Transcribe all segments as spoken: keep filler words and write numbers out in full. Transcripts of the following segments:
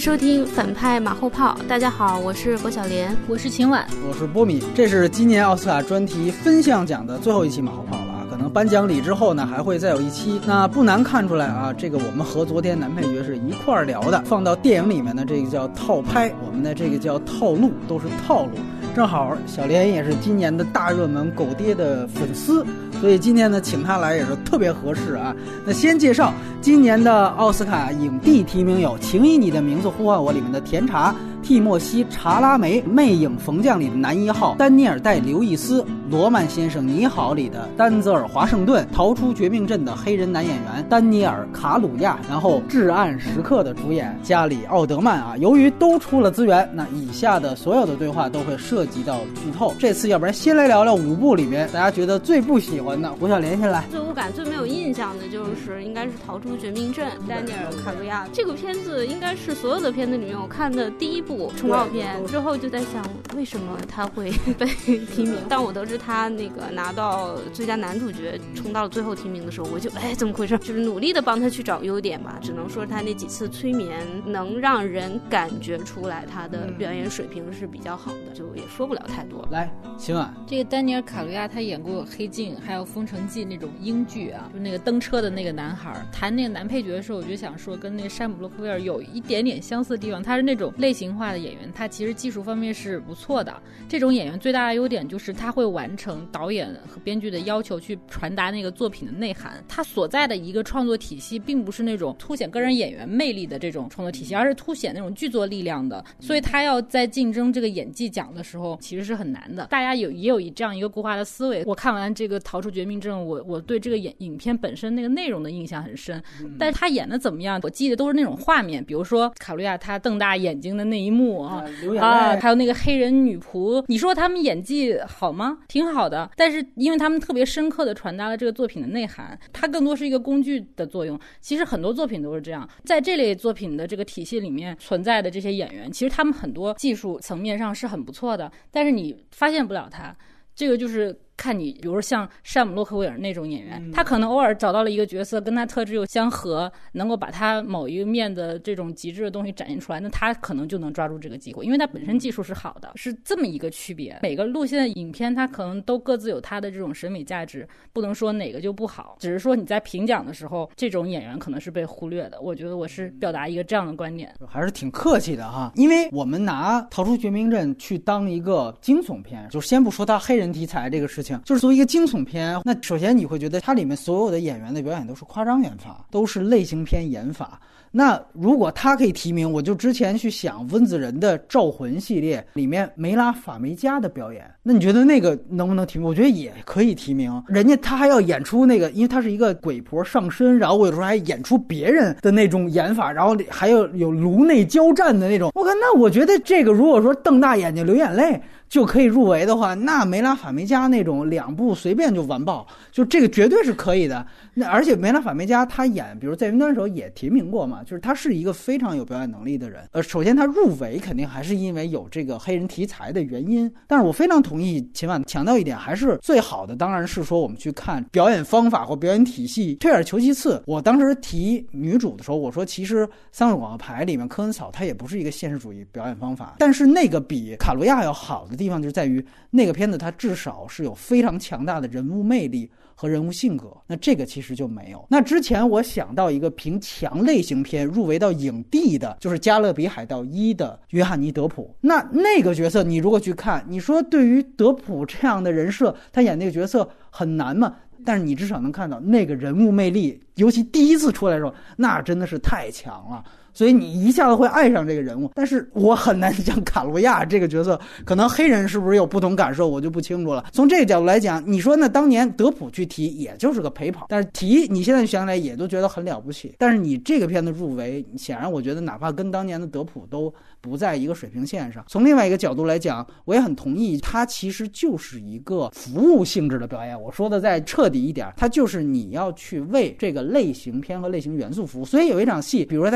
收听反派马后炮。大家好，我是郭晓莲， 我是秦晚， 我是波米。这是今年奥斯卡专题分项奖的最后一期马后炮了啊，可能颁奖礼之后呢还会再有一期。那不难看出来啊，这个我们和昨天男配角是一块儿聊的，放到电影里面的这个叫套拍，我们的这个叫套路，都是套路。正好小莲也是今年的大热门狗爹的粉丝，所以今天呢请他来也是特别合适啊。那先介绍今年的奥斯卡影帝提名有《请以你的名字呼唤我》里面的甜茶蒂莫西·查拉梅，《魅影逢将》里的男一号丹尼尔·戴·刘易斯，《罗曼先生你好》里的丹泽尔·华盛顿，《逃出绝命镇》的黑人男演员丹尼尔·卡鲁亚，然后《至暗时刻》的主演加里·奥德曼啊。由于都出了资源，那以下的所有的对话都会涉及到剧透。这次要不然先来聊聊五部里面大家觉得最不喜欢的，胡小莲先来。 最无感、最没有印象的就是应该是《逃出绝命镇》，丹尼尔·卡鲁亚。这个片子应该是所有的片子里面我看的第一部冲告片，之后就在想为什么他会被提名。当我得知他那个拿到最佳男主角冲到了最后提名的时候，我就哎怎么回事，就是努力的帮他去找优点吧。只能说他那几次催眠能让人感觉出来他的表演水平是比较好的，就也说不了太多。 来秦晚， 这个丹尼尔·卡鲁亚他演过《黑镜》还有《封城记》那种英剧啊，就那个登车的那个男孩。谈那个男配角的时候，我就想说跟那个山姆·洛克威尔有一点点相似的地方，他是那种类型化的演员，他其实技术方面是不错的。这种演员最大的优点就是他会完成导演和编剧的要求去传达那个作品的内涵。他所在的一个创作体系并不是那种凸显个人演员魅力的这种创作体系，而是凸显那种剧作力量的。所以他要在竞争这个演技奖的时候其实是很难的。大家有也有这样一个固化的思维，我看完这个《逃出绝命镇》，我我对这个影影片本身那个内容的印象很深，但是他演的怎么样我记得都是那种画面，比如说卡路亚他瞪大眼睛的那一幕啊啊，还有那个黑人女仆，你说他们演技好吗？挺好的，但是因为他们特别深刻的传达了这个作品的内涵，它更多是一个工具的作用。其实很多作品都是这样，在这类作品的这个体系里面存在的这些演员，其实他们很多技术层面上是很不错的，但是你发现不了他。这个就是看你，比如说像山姆·洛克威尔那种演员，他可能偶尔找到了一个角色跟他特质又相合，能够把他某一个面的这种极致的东西展现出来，那他可能就能抓住这个机会，因为他本身技术是好的，是这么一个区别。每个路线的影片它可能都各自有它的这种审美价值，不能说哪个就不好，只是说你在评奖的时候这种演员可能是被忽略的。我觉得我是表达一个这样的观点， 还是挺客气的哈。因为我们拿逃出绝命镇去当一个惊悚片，就先不说他黑人题材这个事情，就是作为一个惊悚片，那首先你会觉得它里面所有的演员的表演都是夸张演法，都是类型片演法。那如果他可以提名，我就之前去想温子仁的《招魂》系列里面梅拉法梅加的表演，那你觉得那个能不能提名？我觉得也可以提名。人家他还要演出那个，因为他是一个鬼婆上身，然后我有时候还演出别人的那种演法，然后还有有颅内交战的那种。我看那我觉得这个如果说瞪大眼睛流眼泪就可以入围的话，那梅拉法梅加那种两部随便就完爆，就这个绝对是可以的。那而且梅拉法梅加他演比如在云端的时候也提名过嘛，就是他是一个非常有表演能力的人。呃，首先他入围肯定还是因为有这个黑人题材的原因，但是我非常同意秦晚强调一点，还是最好的当然是说我们去看表演方法或表演体系。退而求其次，我当时提女主的时候，我说其实三个广告牌里面科恩嫂她也不是一个现实主义表演方法，但是那个比卡罗亚要好的地方就是在于那个片子它至少是有非常强大的人物魅力和人物性格，那这个其实就没有。那之前我想到一个凭强类型片入围到影帝的，就是《加勒比海盗一》的约翰尼·德普。那那个角色你如果去看，你说对于德普这样的人设，他演那个角色很难吗？但是你至少能看到那个人物魅力，尤其第一次出来的时候，那真的是太强了。所以你一下子会爱上这个人物。但是我很难讲卡罗亚这个角色，可能黑人是不是有不同感受我就不清楚了。从这个角度来讲，你说那当年德普去提也就是个陪跑，但是提你现在想起来也都觉得很了不起。但是你这个片子入围，显然我觉得哪怕跟当年的德普都不在一个水平线上。从另外一个角度来讲，我也很同意，它其实就是一个服务性质的表演。我说的再彻底一点，它就是你要去为这个类型片和类型元素服务。所以有一场戏，比如说他第一次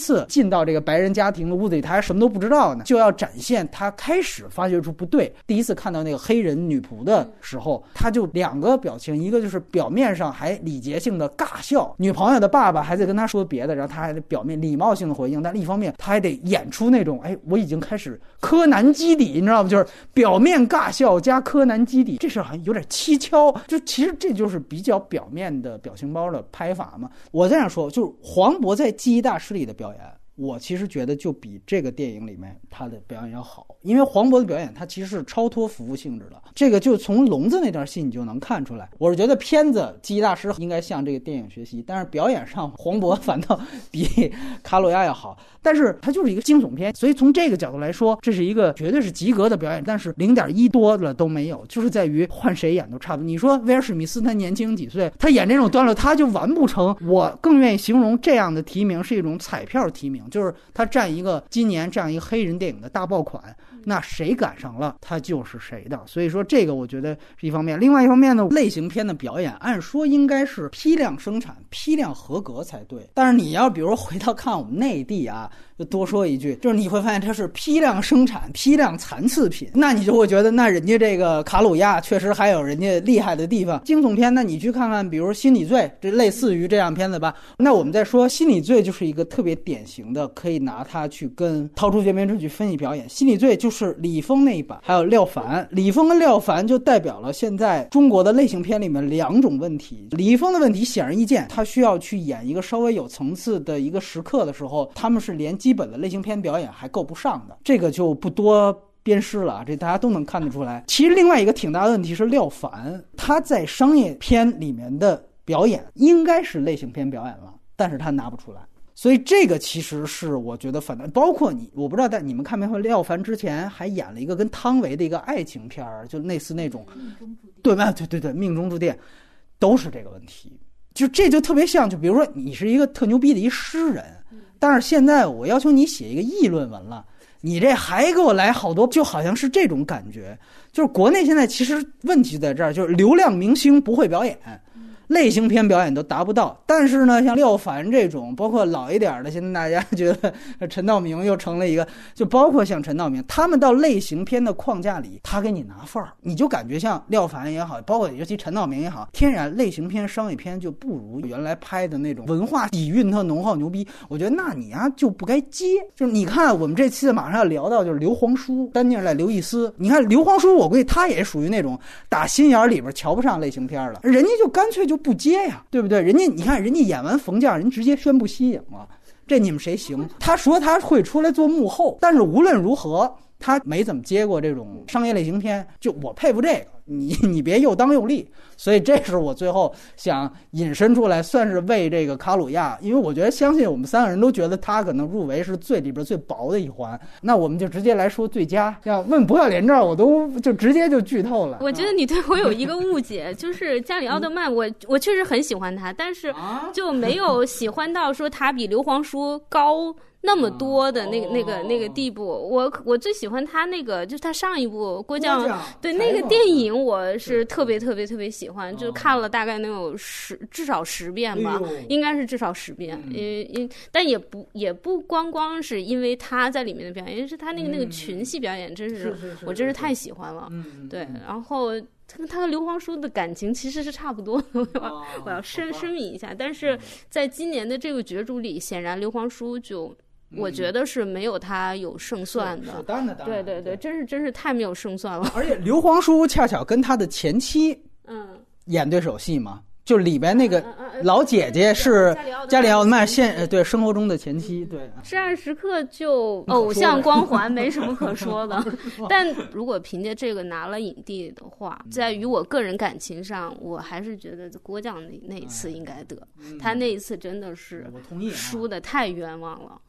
次进到这个白人家庭的屋子里，他还什么都不知道呢，就要展现他开始发觉出不对。第一次看到那个黑人女仆的时候，他就两个表情，一个就是表面上还礼节性的尬笑，女朋友的爸爸还在跟他说别的，然后他还得表面礼貌性的回应，但另一方面他还得演出那种，哎，我已经开始柯南基底，你知道吗？就是表面尬笑加柯南基底，这事好像有点蹊跷。就其实这就是比较表面的表情包的拍法嘛。我这样说，就是黄渤在《记忆大师》里的表演，我其实觉得就比这个电影里面他的表演要好，因为黄渤的表演他其实是超脱服务性质的，这个就从聋子那段戏你就能看出来。我是觉得片子《记忆大师》应该向这个电影学习，但是表演上黄渤反倒比卡鲁亚要好，但是它就是一个惊悚片，所以从这个角度来说，这是一个绝对是及格的表演，但是零点一多了都没有，就是在于换谁演都差不多。你说威尔史密斯他年轻几岁，他演这种段落他就完不成。我更愿意形容这样的提名是一种彩票提名，就是他占一个今年这样一个黑人电影的大爆款，那谁赶上了他就是谁的。所以说这个我觉得是一方面。另外一方面呢，类型片的表演按说应该是批量生产批量合格才对，但是你要比如回到看我们内地啊，就多说一句，就是你会发现它是批量生产批量残次品，那你就会觉得那人家这个卡鲁亚确实还有人家厉害的地方。惊悚片那你去看看比如心理罪，这类似于这样片子吧。那我们再说心理罪，就是一个特别典型的可以拿它去跟逃出绝命镇去分析表演。心理罪就是李峰那一版还有廖凡，李峰跟廖凡就代表了现在中国的类型片里面两种问题。李峰的问题显而易见，他需要去演一个稍微有层次的一个时刻的时候，他们是连基本的类型片表演还够不上的，这个就不多鞭尸了，这大家都能看得出来。其实另外一个挺大的问题是廖凡，他在商业片里面的表演应该是类型片表演了，但是他拿不出来。所以这个其实是我觉得反正包括你，我不知道但你们看没看廖凡之前还演了一个跟汤唯的一个爱情片，就类似那种对吧？对对对，命中注定，都是这个问题。就这就特别像，就比如说你是一个特牛逼的一诗人，但是现在我要求你写一个议论文了，你这还给我来好多，就好像是这种感觉。就是国内现在其实问题在这儿，就是流量明星不会表演，类型片表演都达不到。但是呢，像廖凡这种，包括老一点的，现在大家觉得陈道明又成了一个，就包括像陈道明，他们到类型片的框架里，他给你拿范儿，你就感觉像廖凡也好，包括尤其陈道明也好，天然类型片商业片就不如原来拍的那种文化底蕴特浓厚牛逼。我觉得那你啊就不该接。就是你看我们这期马上要聊到就是刘皇叔，单进来刘易斯，你看刘皇叔我估计他也属于那种打心眼里边瞧不上类型片了，人家就干脆就不接呀，对不对？人家你看人家演完冯将人直接宣布息影了，这你们谁行？他说他会出来做幕后，但是无论如何他没怎么接过这种商业类型片，就我佩服这个，你你别又当又立。所以这是我最后想引申出来，算是为这个卡鲁亚，因为我觉得相信我们三个人都觉得他可能入围是最里边最薄的一环。那我们就直接来说最佳，像问不要脸这儿我都就直接就剧透了。 我觉得你对我有一个误解，就是加里奥德曼，我我确实很喜欢他，但是就没有喜欢到说他比刘皇叔高那么多的那个、那个那个地步。我我最喜欢他那个就是他上一部郭将，对那个电影我是特别特别特别喜欢，就看了大概能有十至少十遍吧，应该是至少十遍。因为因但也不也不光光是因为他在里面的表演，因为是他那个那个群戏表演，真是我真是太喜欢了。对，然后他跟他和刘皇叔的感情其实是差不多的，我要我要声声明一下。但是在今年的这个角逐里，显然刘皇叔就我觉得是没有他有胜算的。对对对，真是真是太没有胜算了。 而且刘皇叔恰巧跟他的前妻嗯演对手戏嘛，就里边那个老姐姐是加里奥德曼现对生活中的前妻。对， 至暗时刻就偶像光环没什么可说的。但如果凭借这个拿了影帝的话，在于我个人感情上，我还是觉得郭将那那一次应该得，他那一次真的是输的太冤枉了。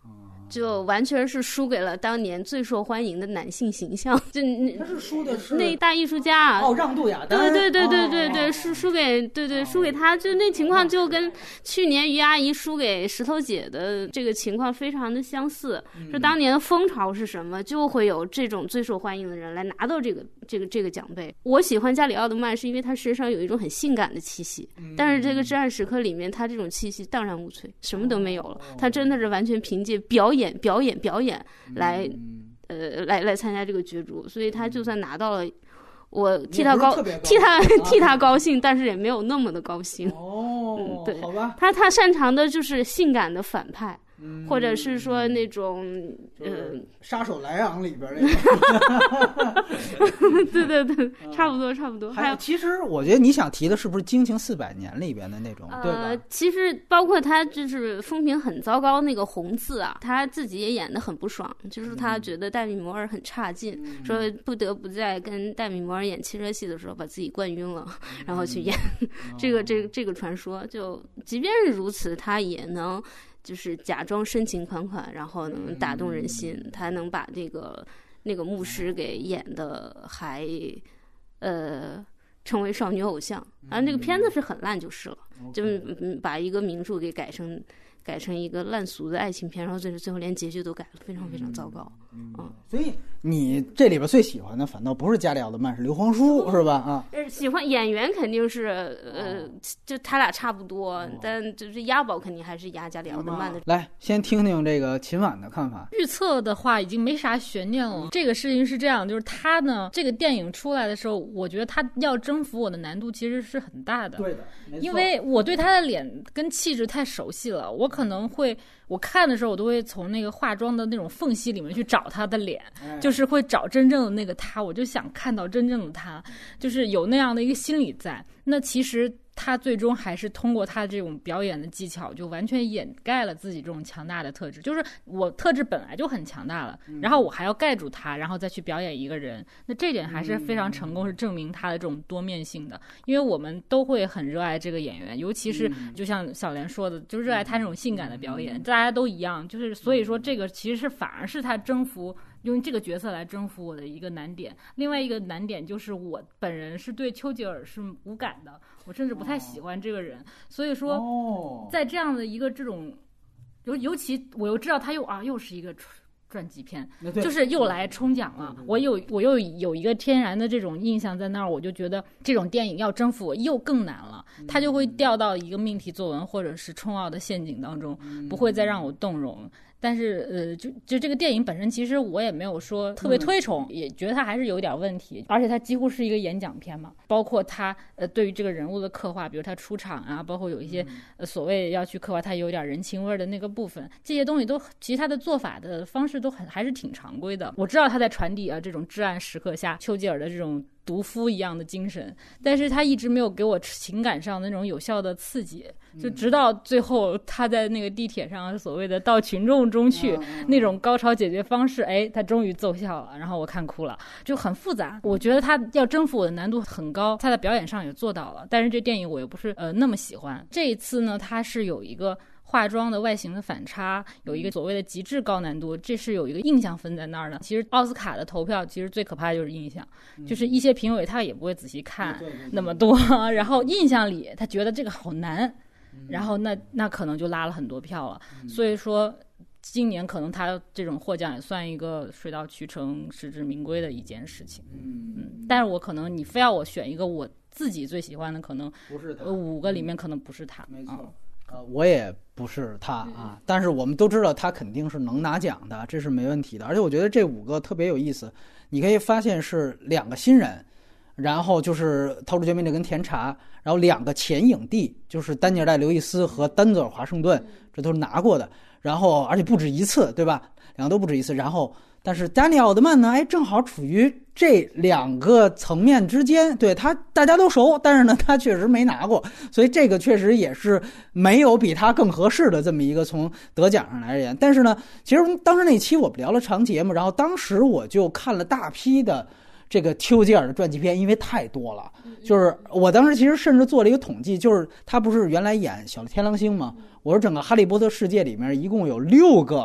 就完全是输给了当年最受欢迎的男性形象。就他是输的是那大艺术家哦，让渡亚丹。 对对对对对对，输、哦、输给对对输给他，就那情况就跟去年于阿姨输给石头姐的这个情况非常的相似。 嗯、 说当年的风潮是什么，就会有这种最受欢迎的人来拿到这个这个这个奖杯。我喜欢加里奥德曼是因为他身上有一种很性感的气息，嗯、但是这个至暗时刻里面他这种气息荡然无存，什么都没有了。哦、他真的是完全凭借表演表演表演来、嗯、呃来来参加这个角逐，所以他就算拿到了，我替他高替他替他高兴，但是也没有那么的高兴。 哦， 嗯，对， 好吧， 他他擅长的就是性感的反派。嗯、或者是说那种呃杀手莱昂里边那种对对对，差不多差不多。 还有其实我觉得你想提的是不是惊情四百年里边的那种、呃、对吧？ 其实包括他就是风评很糟糕那个红字啊，他自己也演得很不爽，就是他觉得戴米摩尔很差劲、嗯、说不得不在跟戴米摩尔演汽车戏的时候把自己灌晕了、嗯、然后去演、嗯、这个这个这个传说。就即便是如此，他也能就是假装深情款款，然后能打动人心，嗯、他能把这个那个牧师给演的还呃成为少女偶像。然后这个片子是很烂就是了，嗯、就把一个名著给改成改成一个烂俗的爱情片，然后最最后连结局都改了，非常非常糟糕。 嗯，嗯所以你这里边最喜欢的反倒不是加里奥德曼，是刘皇叔，是吧？啊， 喜欢演员肯定是呃，就他俩差不多，哦、但就是押宝肯定还是押加里奥德曼的。 来，先听听这个秦晚的看法。 预测的话已经没啥悬念了。这个事情是这样，就是他呢，这个电影出来的时候，我觉得他要征服我的难度其实是很大的。 对的， 因为我对他的脸跟气质太熟悉了，我可能会。我看的时候我都会从那个化妆的那种缝隙里面去找他的脸、哎、就是会找真正的那个他，我就想看到真正的他，就是有那样的一个心理在。那其实他最终还是通过他这种表演的技巧就完全掩盖了自己这种强大的特质，就是我特质本来就很强大了、嗯、然后我还要盖住他，然后再去表演一个人，那这点还是非常成功，是证明他的这种多面性的。因为我们都会很热爱这个演员，尤其是就像小莲说的，就热爱他那种性感的表演，大家都一样，就是所以说这个其实是反而是他征服用这个角色来征服我的一个难点。另外一个难点就是我本人是对丘吉尔是无感的，我甚至不太喜欢这个人，所以说在这样的一个这种尤尤其我又知道他又啊又是一个传记片，就是又来冲奖了，我有我又有一个天然的这种印象在那儿，我就觉得这种电影要征服我又更难了，他就会掉到一个命题作文或者是冲奥的陷阱当中，不会再让我动容。但是呃，就就这个电影本身，其实我也没有说特别推崇，嗯、也觉得它还是有点问题，而且它几乎是一个演讲片嘛，包括它呃对于这个人物的刻画，比如他出场啊，包括有一些、呃、所谓要去刻画他有点人情味的那个部分，这些东西都其实他的做法的方式都很还是挺常规的。我知道他在传递啊这种至暗时刻下丘吉尔的这种毒夫一样的精神，但是他一直没有给我情感上的那种有效的刺激，就直到最后他在那个地铁上所谓的到群众中去、嗯、那种高潮解决方式，哎，他终于奏效了，然后我看哭了，就很复杂。我觉得他要征服我的难度很高，他在表演上也做到了，但是这电影我又不是呃那么喜欢。这一次呢，他是有一个化妆的外形的反差，有一个所谓的极致高难度，这是有一个印象分在那儿的。其实奥斯卡的投票其实最可怕的就是印象、嗯、就是一些评委他也不会仔细看那么多，然后印象里他觉得这个好难、嗯、然后那那可能就拉了很多票了、嗯、所以说今年可能他这种获奖也算一个水到渠成实至名归的一件事情。嗯嗯，但是我可能你非要我选一个我自己最喜欢的，可能不是他、 呃、五个里面可能不是他。 没错、嗯呃，我也不是他啊，但是我们都知道他肯定是能拿奖的，这是没问题的。而且我觉得这五个特别有意思，你可以发现是两个新人，然后就是《逃出绝命镇》跟《甜茶》，然后两个前影帝，就是丹尼尔·戴·刘易斯和丹泽尔·华盛顿，这都是拿过的。然后而且不止一次，对吧？两个都不止一次。然后但是丹尼尔·奥德曼呢，哎，正好处于这两个层面之间，对他大家都熟，但是呢他确实没拿过，所以这个确实也是没有比他更合适的这么一个从得奖上来而言。但是呢，其实当时那期我们聊了长节目，然后当时我就看了大批的这个丘吉尔的传记片，因为太多了，就是我当时其实甚至做了一个统计，就是他不是原来演小天狼星吗？我说整个哈利波特世界里面一共有六个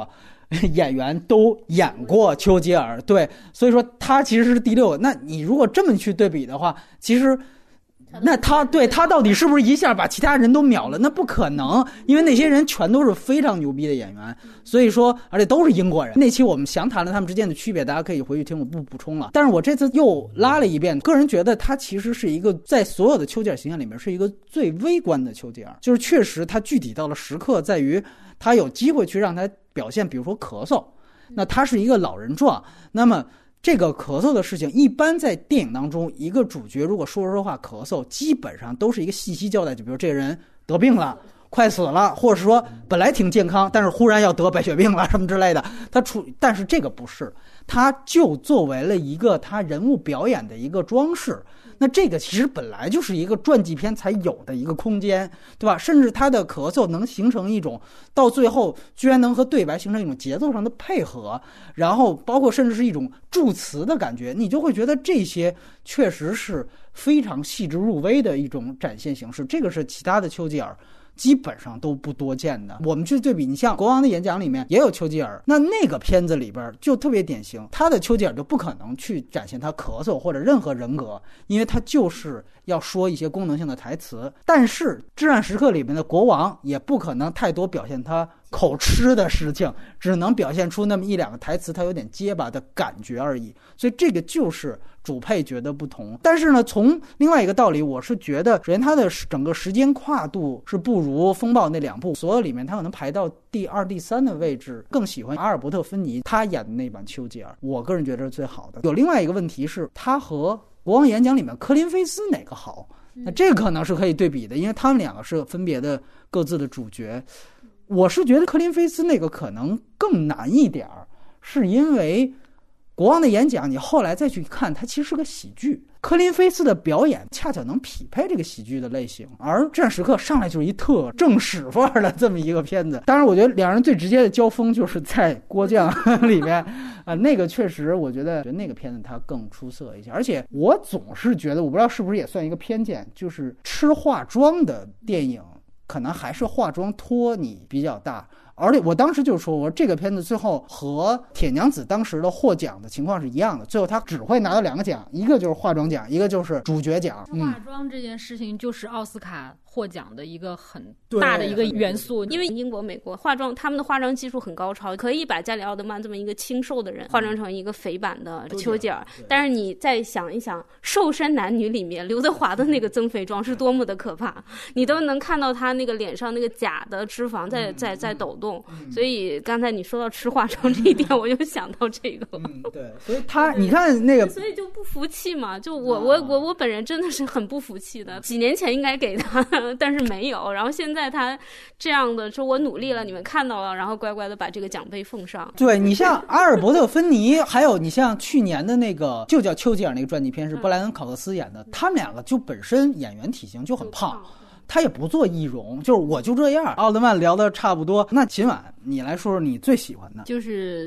演员都演过丘吉尔，对，所以说他其实是第六个。那你如果这么去对比的话，其实那他对他到底是不是一下把其他人都秒了？那不可能，因为那些人全都是非常牛逼的演员，所以说而且都是英国人。那期我们详谈了他们之间的区别，大家可以回去听，我不补充了。但是我这次又拉了一遍，个人觉得他其实是一个在所有的丘吉尔形象里面是一个最微观的丘吉尔，就是确实他具体到了时刻在于他有机会去让他表现，比如说咳嗽，那他是一个老人状，那么这个咳嗽的事情，一般在电影当中，一个主角如果说说话咳嗽，基本上都是一个信息交代，就比如这个人得病了，快死了，或者是说本来挺健康，但是忽然要得白血病了什么之类的。他出，但是这个不是，他就作为了一个他人物表演的一个装饰。那这个其实本来就是一个传记片才有的一个空间，对吧？甚至他的咳嗽能形成一种到最后居然能和对白形成一种节奏上的配合，然后包括甚至是一种助词的感觉，你就会觉得这些确实是非常细致入微的一种展现形式。这个是其他的丘吉尔基本上都不多见的。我们去对比，你像国王的演讲里面也有丘吉尔，那那个片子里边就特别典型，他的丘吉尔就不可能去展现他咳嗽或者任何人格，因为他就是要说一些功能性的台词。但是至暗时刻里面的国王也不可能太多表现他口吃的事情，只能表现出那么一两个台词他有点结巴的感觉而已。所以这个就是主配角的不同。但是呢，从另外一个道理，我是觉得首先他的整个时间跨度是不如风暴那两部，所有里面他可能排到第二第三的位置，更喜欢阿尔伯特芬尼他演的那版丘吉尔，我个人觉得是最好的。有另外一个问题是，他和国王演讲里面科林菲斯哪个好？那这个可能是可以对比的，因为他们两个是分别的各自的主角。我是觉得科林菲斯那个可能更难一点，是因为国王的演讲你后来再去看，它其实是个喜剧，科林菲斯的表演恰巧能匹配这个喜剧的类型，而至暗时刻上来就是一特正史范儿的这么一个片子。当然我觉得两人最直接的交锋就是在郭将里面啊，那个确实我觉得那个片子它更出色一些。而且我总是觉得，我不知道是不是也算一个偏见，就是吃化妆的电影可能还是化妆托你比较大。而且我当时就说，我这个片子最后和铁娘子当时的获奖的情况是一样的，最后他只会拿到两个奖，一个就是化妆奖，一个就是主角奖。 嗯、化妆这件事情就是奥斯卡获奖的一个很大的一个元素， 因为英国、美国化妆，他们的化妆技术很高超，可以把加里奥德曼这么一个清瘦的人化妆成一个肥版的丘吉尔。但是你再想一想，瘦身男女里面刘德华的那个增肥妆是多么的可怕，你都能看到他那个脸上那个假的脂肪在在在抖动。所以刚才你说到吃化妆这一点，我就想到这个。 嗯，对，所以他你看那个， 所以就不服气嘛。就我我我我本人真的是很不服气的。几年前应该给他，但是没有。然后现在他这样的，说我努力了，你们看到了，然后乖乖的把这个奖杯奉上。 对，你像阿尔伯特芬尼，还有你像去年的那个就叫丘吉尔那个传记片，是布莱恩考克斯演的，他们两个就本身演员体型就很胖。他也不做易容，就是我就这样。奥德曼聊的差不多，那秦晚你来说说你最喜欢的。 就是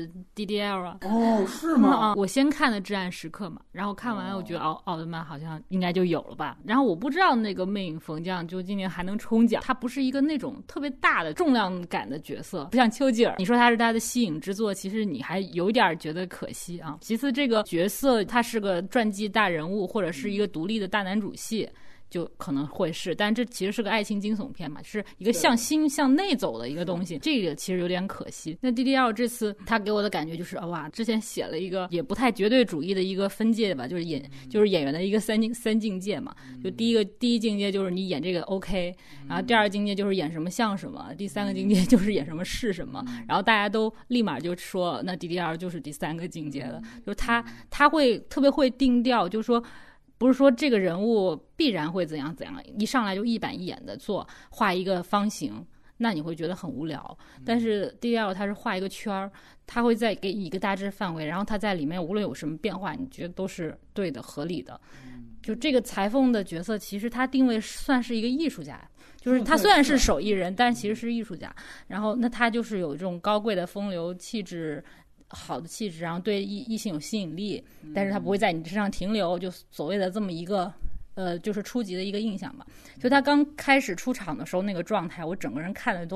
D D L 啊。 哦，是吗？ 嗯、我先看的《至暗时刻》嘛，然后看完我觉得奥奥德曼好像应该就有了吧。然后我不知道那个魅影逢将就今年还能冲奖，他不是一个那种特别大的重量感的角色，不像丘吉尔。你说他是他的吸引之作，其实你还有点觉得可惜啊。其次，这个角色他是个传记大人物，或者是一个独立的大男主戏。就可能会是，但这其实是个爱情惊悚片嘛，是一个向心向内走的一个东西，这个其实有点可惜。那 D D L 这次他给我的感觉就是，哇，之前写了一个也不太绝对主义的一个分界吧，就是演就是演员的一个三境三境界嘛。就第一个第一境界就是你演这个 OK， 然后第二境界就是演什么像什么，第三个境界就是演什么是什么。然后大家都立马就说，那 D D L 就是第三个境界的，就是他他会特别会定调，就是说。不是说这个人物必然会怎样怎样，一上来就一板一眼的做画一个方形，那你会觉得很无聊。但是 D D L 他是画一个圈，他会再给一个大致范围，然后他在里面无论有什么变化，你觉得都是对的、合理的。就这个裁缝的角色，其实他定位算是一个艺术家，就是他虽然是手艺人，但其实是艺术家。然后那他就是有这种高贵的风流气质。好的气质，然后对异异性有吸引力，但是他不会在你身上停留，就所谓的这么一个呃，就是初级的一个印象吧。就他刚开始出场的时候那个状态，我整个人看的都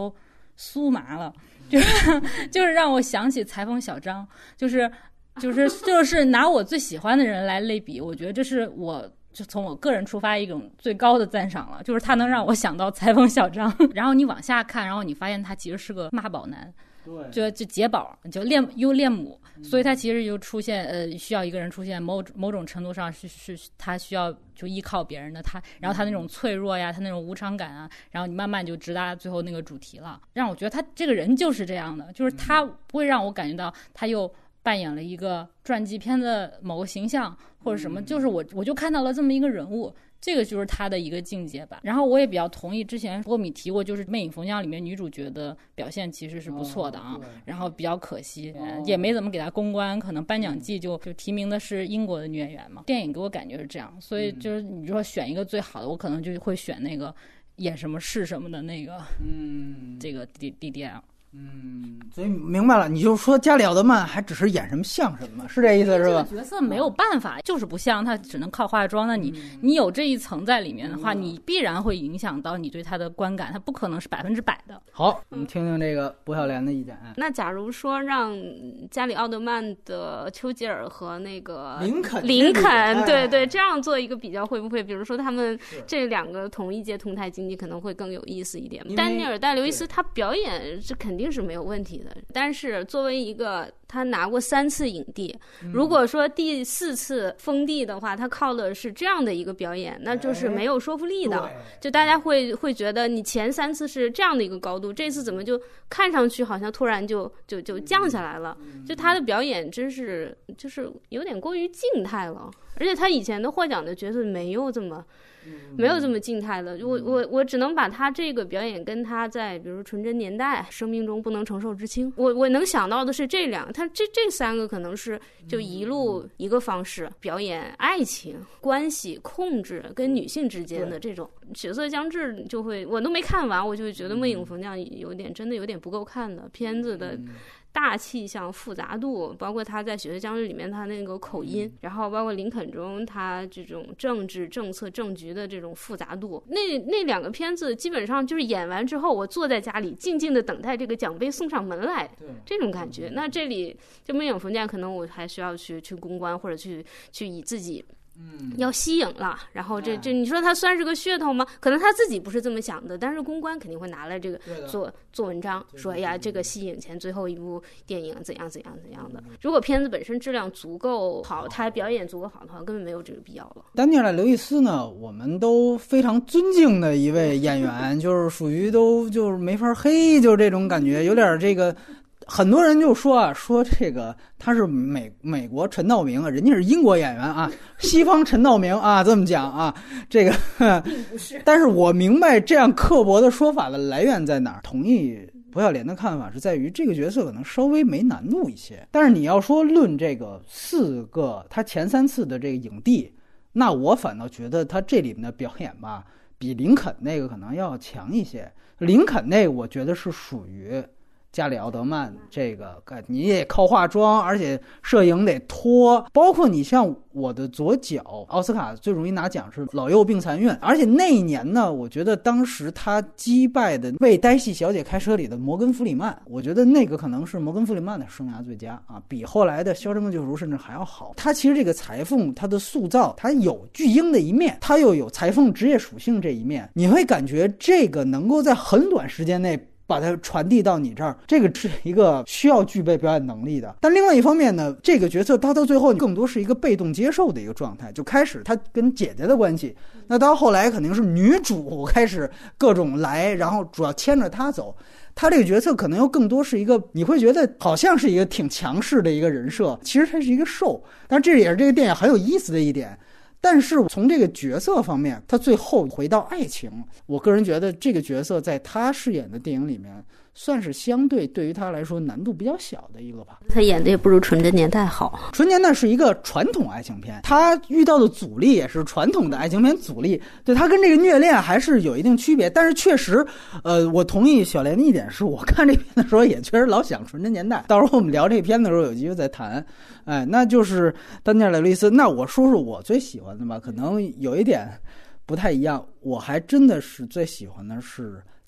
酥麻了，就是就是让我想起裁缝小张，就是就是就是拿我最喜欢的人来类比，我觉得这是我就从我个人出发一种最高的赞赏了，就是他能让我想到裁缝小张。然后你往下看，然后你发现他其实是个妈宝男， 对， 就就解宝，就恋优恋母，所以他其实就出现呃需要一个人出现某某种程度上是是他需要就依靠别人的他，然后他那种脆弱呀，他那种无常感啊，然后你慢慢就直达最后那个主题了，让我觉得他这个人就是这样的，就是他不会让我感觉到他又扮演了一个传记片的某个形象或者什么，就是我我就看到了这么一个人物，这个就是他的一个境界吧。然后我也比较同意之前波米提过，就是《魅影逢将》里面女主角的表现其实是不错的啊，哦、然后比较可惜、哦、也没怎么给她公关，可能颁奖季就就提名的是英国的女演员嘛。电影给我感觉是这样，所以就是你说选一个最好的，我可能就会选那个演什么是什么的那个，嗯，这个 D D D L。 嗯，所以明白了，你就说加里奥德曼还只是演什么像什么，是这意思是吧？ 这个角色没有办法，就是不像，他只能靠化妆。那你、嗯、你有这一层在里面的话，你必然会影响到你对他的观感，他不可能是百分之百的。 好，我们听听这个薄晓莲的意见。 那假如说让加里奥德曼的丘吉尔和那个林肯， 林肯，哎、对对，这样做一个比较，会不会，比如说他们这两个同一届同台经济可能会更有意思一点？丹尼尔·戴刘易斯他表演是肯定是没有问题的，但是作为一个他拿过三次影帝、嗯、如果说第四次封帝的话，他靠的是这样的一个表演，那就是没有说服力的、哎、就大家会会觉得你前三次是这样的一个高度，这次怎么就看上去好像突然就就就降下来了、嗯、就他的表演真是就是有点过于静态了，而且他以前的获奖的角色没有这么没有这么静态的，我我我只能把他这个表演跟他在比如说纯真年代、生命中不能承受之轻，我我能想到的是这两，他这这三个可能是就一路一个方式表演爱情、关系、控制跟女性之间的这种血色将至，就会我都没看完，我就会觉得《魅影逢将》有点真的有点不够看的，片子的大气象复杂度，包括他在《血色将至》里面他那个口音，然后包括林肯中他这种政治政策政局的这种复杂度，那那两个片子基本上就是演完之后我坐在家里静静的等待这个奖杯送上门来，这种感觉。那这里就《魅影逢将》可能我还需要去去公关，或者去去以自己嗯，要吸引了，然后这这你说他算是个噱头吗？可能他自己不是这么想的，但是公关肯定会拿来这个做做文章，说哎呀这个吸引前最后一部电影怎样怎样怎样的。如果片子本身质量足够好，他表演足够好的话，根本没有这个必要了。 丹尼尔·刘易斯呢，我们都非常尊敬的一位演员，就是属于都就是没法黑，就这种感觉，有点这个。很多人就说啊，说这个他是美美国陈道明啊，人家是英国演员啊，西方陈道明啊，这么讲啊，这个并不是。 但是我明白这样刻薄的说法的来源在哪儿。同意薄晓莲的看法是在于这个角色可能稍微没难度一些，但是你要说论这个四个他前三次的这个影帝，那我反倒觉得他这里面的表演吧，比林肯那个可能要强一些。林肯那个我觉得是属于加里奥德曼这个，你也靠化妆，而且摄影得拖，包括你像我的左脚，奥斯卡最容易拿奖是老幼病残孕，而且那一年呢，我觉得当时他击败的为黛西小姐开车里的摩根弗里曼，我觉得那个可能是摩根弗里曼的生涯最佳啊，比后来的肖申克救赎甚至还要好。他其实这个裁缝他的塑造，他有巨婴的一面，他又有裁缝职业属性这一面，你会感觉这个能够在很短时间内把它传递到你这儿，这个是一个需要具备表演能力的。但另外一方面呢，这个角色他到最后更多是一个被动接受的一个状态，就开始他跟姐姐的关系，那到后来肯定是女主开始各种来，然后主要牵着他走。他这个角色可能又更多是一个，你会觉得好像是一个挺强势的一个人设，其实他是一个受，但这也是这个电影很有意思的一点。但是从这个角色方面，他最后回到爱情，我个人觉得这个角色在他饰演的电影里面算是相对对于他来说难度比较小的一个吧。 他演的也不如纯真年代好。 纯年代是一个传统爱情片，他遇到的阻力也是传统的爱情片阻力，对，他跟这个虐恋还是有一定区别。但是确实呃，我同意小莲的一点是，我看这片的时候也确实老想纯真年代，到时候我们聊这片的时候有机会再谈。哎，那就是丹尼尔·雷利斯。那我说说我最喜欢的吧，可能有一点不太一样，我还真的是最喜欢的是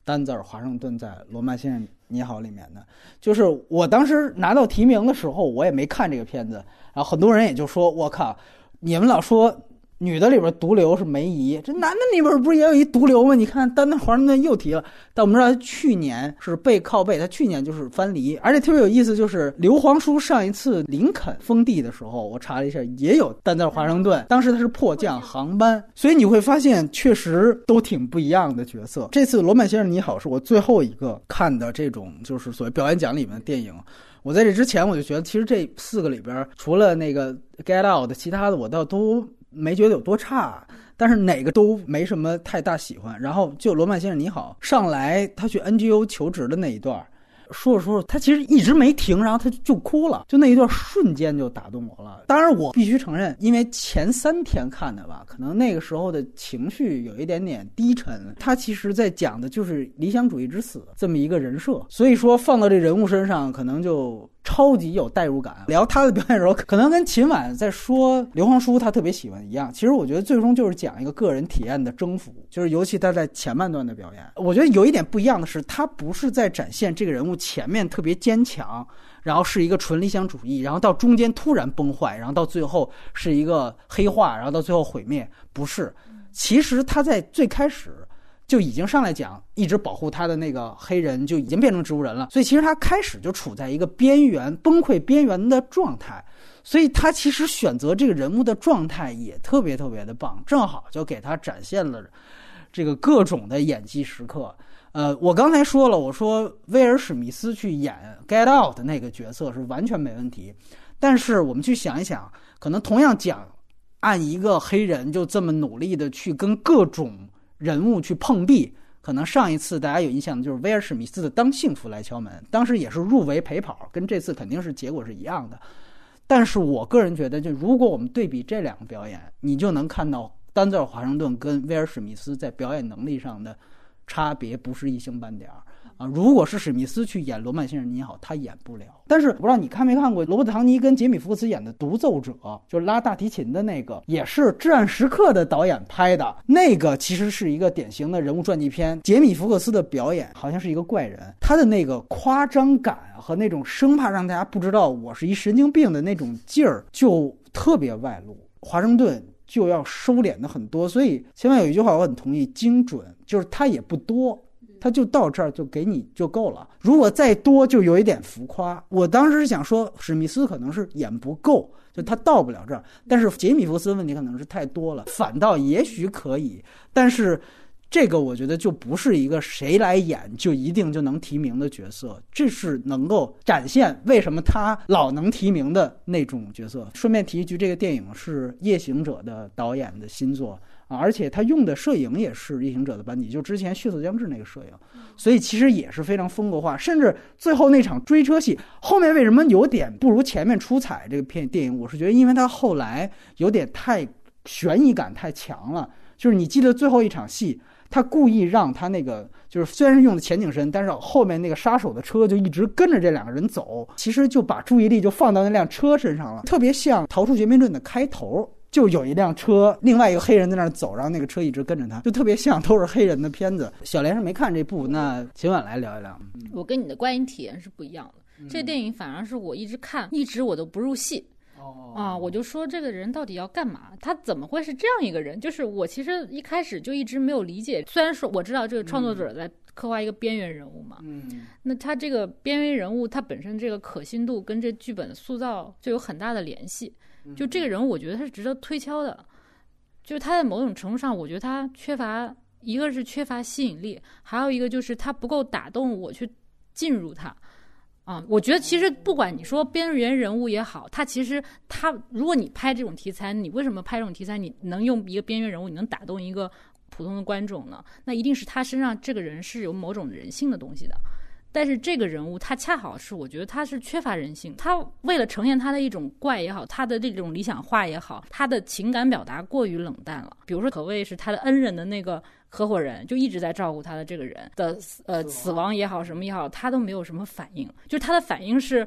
丹泽尔·华盛顿在《罗曼先生你好》里面的。就是我当时拿到提名的时候，我也没看这个片子，然后很多人也就说：“我靠，你们老说。”女的里边毒瘤是梅姨，这男的里边不是也有一毒瘤吗？你看丹泽尔·华盛顿又提了，但我们知道他去年是背靠背，他去年就是翻离，而且特别有意思，就是硫磺叔上一次林肯封地的时候，我查了一下，也有丹泽尔·华盛顿，当时他是迫降航班，所以你会发现确实都挺不一样的角色。这次《罗曼先生你好》是我最后一个看的这种就是所谓表演奖里面的电影。我在这之前我就觉得，其实这四个里边除了那个 Get Out， 其他的我倒都没觉得有多差，但是哪个都没什么太大喜欢。然后就罗曼先生你好上来，他去 N G O 求职的那一段，说着说着他其实一直没停，然后他就哭了，就那一段瞬间就打动我了。当然我必须承认，因为前三天看的吧，可能那个时候的情绪有一点点低沉，他其实在讲的就是理想主义之死这么一个人设，所以说放到这人物身上可能就超级有代入感。聊他的表演的时候，可能跟秦晚在说硫磺叔他特别喜欢一样，其实我觉得最终就是讲一个个人体验的征服，就是尤其他在前半段的表演，我觉得有一点不一样的是，他不是在展现这个人物前面特别坚强，然后是一个纯理想主义，然后到中间突然崩坏，然后到最后是一个黑化，然后到最后毁灭，不是。其实他在最开始就已经上来讲，一直保护他的那个黑人就已经变成植物人了，所以其实他开始就处在一个边缘崩溃边缘的状态，所以他其实选择这个人物的状态也特别特别的棒，正好就给他展现了这个各种的演技时刻。呃，我刚才说了，我说威尔史密斯去演 Get Out 的那个角色是完全没问题，但是我们去想一想，可能同样讲按一个黑人就这么努力的去跟各种人物去碰壁，可能上一次大家有印象的就是威尔史密斯的当幸福来敲门，当时也是入围陪跑，跟这次肯定是结果是一样的。但是我个人觉得，就如果我们对比这两个表演，你就能看到丹泽尔·华盛顿跟威尔史密斯在表演能力上的差别不是一星半点啊！如果是史密斯去演罗曼先生你好，他演不了。但是我不知道你看没看过罗伯特·唐尼跟杰米·福克斯演的《独奏者》，就是拉大提琴的那个，也是《至暗时刻》的导演拍的。那个其实是一个典型的人物传记片。杰米·福克斯的表演好像是一个怪人，他的那个夸张感和那种生怕让大家不知道我是一神经病的那种劲儿，就特别外露。华盛顿就要收敛的很多，所以前面有一句话我很同意，精准，就是他也不多，他就到这儿就给你就够了，如果再多就有一点浮夸。我当时是想说史密斯可能是演不够，就他到不了这儿，但是杰米·福克斯问题可能是太多了，反倒也许可以，但是这个我觉得就不是一个谁来演就一定就能提名的角色，这是能够展现为什么他老能提名的那种角色。顺便提一句，这个电影是《夜行者》的导演的新作啊，而且他用的摄影也是《夜行者》的班底，就之前《血色将至》那个摄影，所以其实也是非常风格化。甚至最后那场追车戏，后面为什么有点不如前面出彩？这个片电影，我是觉得因为他后来有点太悬疑感太强了，就是你记得最后一场戏。他故意让他那个就是虽然是用的前景深，但是后面那个杀手的车就一直跟着这两个人走，其实就把注意力就放到那辆车身上了，特别像《逃出绝命镇》的开头，就有一辆车，另外一个黑人在那儿走，然后那个车一直跟着他，就特别像都是黑人的片子。小莲是没看这部，那秦晚来聊一聊。 我跟你的观影体验是不一样的，嗯、这电影反而是我一直看，一直我都不入戏。啊，我就说这个人到底要干嘛？他怎么会是这样一个人？就是我其实一开始就一直没有理解。虽然说我知道这个创作者在刻画一个边缘人物嘛，嗯，那他这个边缘人物，他本身这个可信度跟这剧本的塑造就有很大的联系。就这个人物，我觉得他是值得推敲的。就是他在某种程度上，我觉得他缺乏，一个是缺乏吸引力，还有一个就是他不够打动我去进入他。啊、嗯，我觉得其实不管你说边缘人物也好，他其实他如果你拍这种题材，你为什么拍这种题材你能用一个边缘人物你能打动一个普通的观众呢？那一定是他身上这个人是有某种人性的东西的。但是这个人物他恰好是我觉得他是缺乏人性，他为了呈现他的一种怪也好，他的这种理想化也好，他的情感表达过于冷淡了。比如说可谓是他的恩人的那个合伙人，就一直在照顾他的这个人的呃死亡也好什么也好，他都没有什么反应，就是他的反应是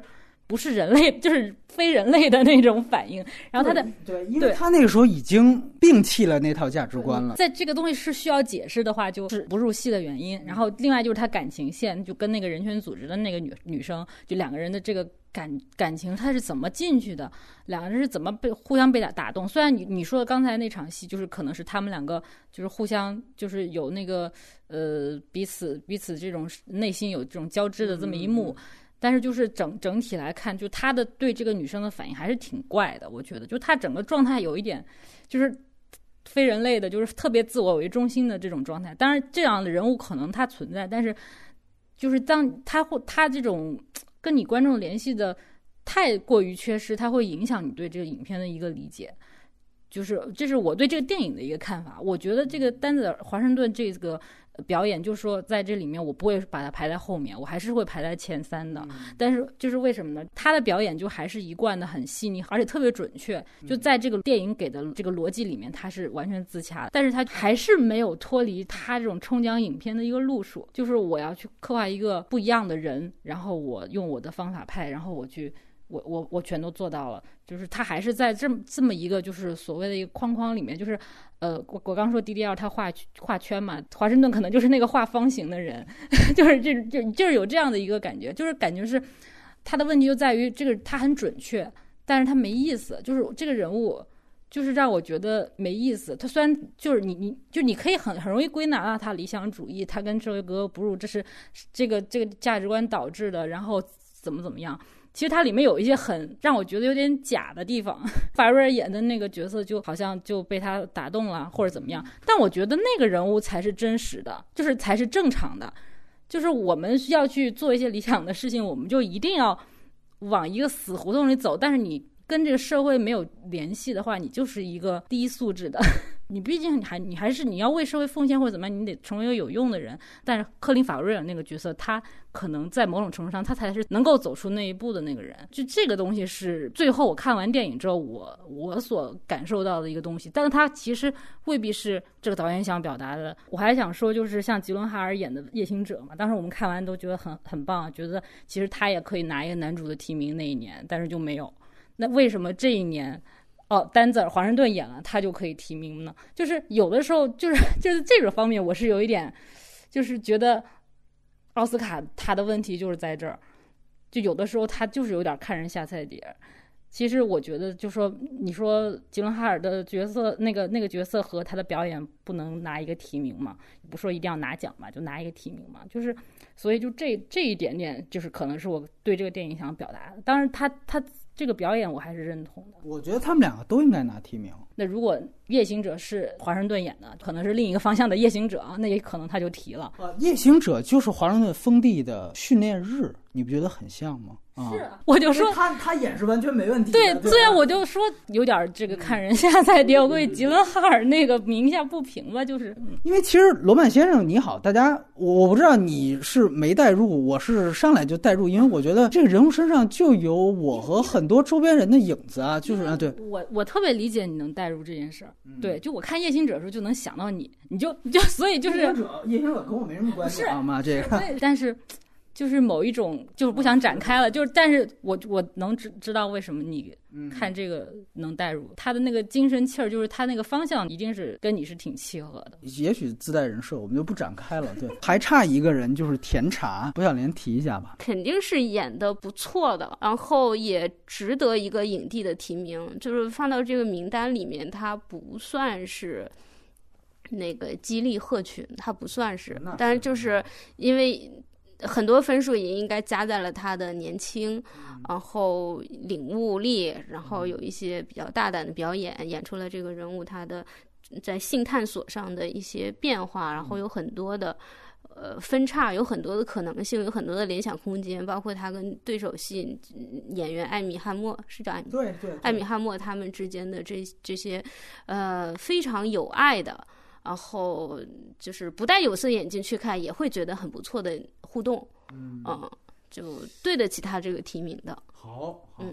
不是人类，就是非人类的那种反应。然后他的对，因为他那个时候已经摒弃了那套价值观了。 在这个东西是需要解释的话，就是不入戏的原因。然后另外就是他感情线，就跟那个人权组织的那个女女生，就两个人的这个感感情，他是怎么进去的？两个人是怎么被互相被打打动？虽然你你说的刚才那场戏，就是可能是他们两个就是互相就是有那个呃彼此彼此这种内心有这种交织的这么一幕。嗯，但是就是整整体来看，就他的对这个女生的反应还是挺怪的，我觉得，就他整个状态有一点，就是非人类的，就是特别自我为中心的这种状态。当然，这样的人物可能他存在，但是就是当他会他这种跟你观众联系的太过于缺失，它会影响你对这个影片的一个理解。就是这是我对这个电影的一个看法。我觉得这个丹泽尔华盛顿这个表演，就是说在这里面我不会把它排在后面，我还是会排在前三的。嗯、但是就是为什么呢？他的表演就还是一贯的很细腻，而且特别准确。就在这个电影给的这个逻辑里面，他是完全自洽的，但是他还是没有脱离他这种冲讲影片的一个路数，就是我要去刻画一个不一样的人，然后我用我的方法派，然后我去。我我我全都做到了，就是他还是在这么这么一个就是所谓的一个框框里面，就是呃，我我刚说 D D L 他画画圈嘛，华盛顿可能就是那个画方形的人，就是这就就是有这样的一个感觉，就是感觉是他的问题就在于这个他很准确，但是他没意思，就是这个人物就是让我觉得没意思。他虽然就是你你就你可以很很容易归纳啊，他理想主义，他跟社会格格不入，这是这个这个价值观导致的，然后怎么怎么样。其实它里面有一些很让我觉得有点假的地方，法瑞尔演的那个角色就好像就被他打动了或者怎么样，但我觉得那个人物才是真实的，就是才是正常的。就是我们要去做一些理想的事情，我们就一定要往一个死胡同里走，但是你跟这个社会没有联系的话，你就是一个低素质的。你毕竟还你还是你要为社会奉献或者怎么样，你得成为一个有用的人。但是科林法瑞尔那个角色，他可能在某种程度上，他才是能够走出那一步的那个人。就这个东西是最后我看完电影之后，我我所感受到的一个东西。但是他其实未必是这个导演想表达的。我还想说，就是像吉伦哈尔演的《夜行者》嘛，当时我们看完都觉得很很棒，觉得其实他也可以拿一个男主的提名那一年，但是就没有。那为什么这一年？哦，丹泽尔华盛顿演了，他就可以提名呢？就是有的时候，就是就是这个方面，我是有一点，就是觉得奥斯卡他的问题就是在这儿，就有的时候他就是有点看人下菜碟。其实我觉得，就说你说吉伦哈尔的角色，那个那个角色和他的表演不能拿一个提名嘛？不说一定要拿奖嘛，就拿一个提名嘛。就是所以就这这一点点，就是可能是我对这个电影想表达的。当然他，他他。这个表演我还是认同的， 我觉得他们两个都应该拿提名。 那如果夜行者是华盛顿演的，可能是另一个方向的夜行者，那也可能他就提了。 呃，夜行者就是华盛顿封闭的训练日，你不觉得很像吗？啊、 是啊，我就说他他演是完全没问题的。 对， 对， 虽然我就说有点这个看人下菜碟，我估计吉伦哈尔那个名下不平吧，就是。 因为其实罗曼先生你好，大家我我不知道你是没带入，我是上来就带入，因为我觉得这个人物身上就有我和很多周边人的影子啊，就是啊，对我我特别理解你能带入这件事儿、嗯，对，就我看夜行者的时候就能想到你，你就你就所以就是夜行者，夜行者跟我没什么关系啊嘛，这个， 但是。就是某一种，就是不想展开了，就是，但是我我能知知道为什么你看这个能带入他的那个精神气儿，就是他那个方向一定是跟你是挺契合的。 也许自带人设，我们就不展开了。对，还差一个人就是甜茶，不小莲提一下吧。 肯定是演的不错的，然后也值得一个影帝的提名，就是放到这个名单里面，他不算是。那个激励鹤群，他不算是，但是就是因为。很多分数也应该加在了他的年轻，然后领悟力，然后有一些比较大胆的表演，演出了这个人物他的在性探索上的一些变化，然后有很多的呃分叉，有很多的可能性，有很多的联想空间，包括他跟对手戏演员艾米汉默是叫艾米对 对, 对艾米汉默他们之间的这这些呃非常有爱的。然后就是不戴有色眼镜去看，也会觉得很不错的互动，嗯，嗯就对得起他这个提名的。 好，好， 嗯，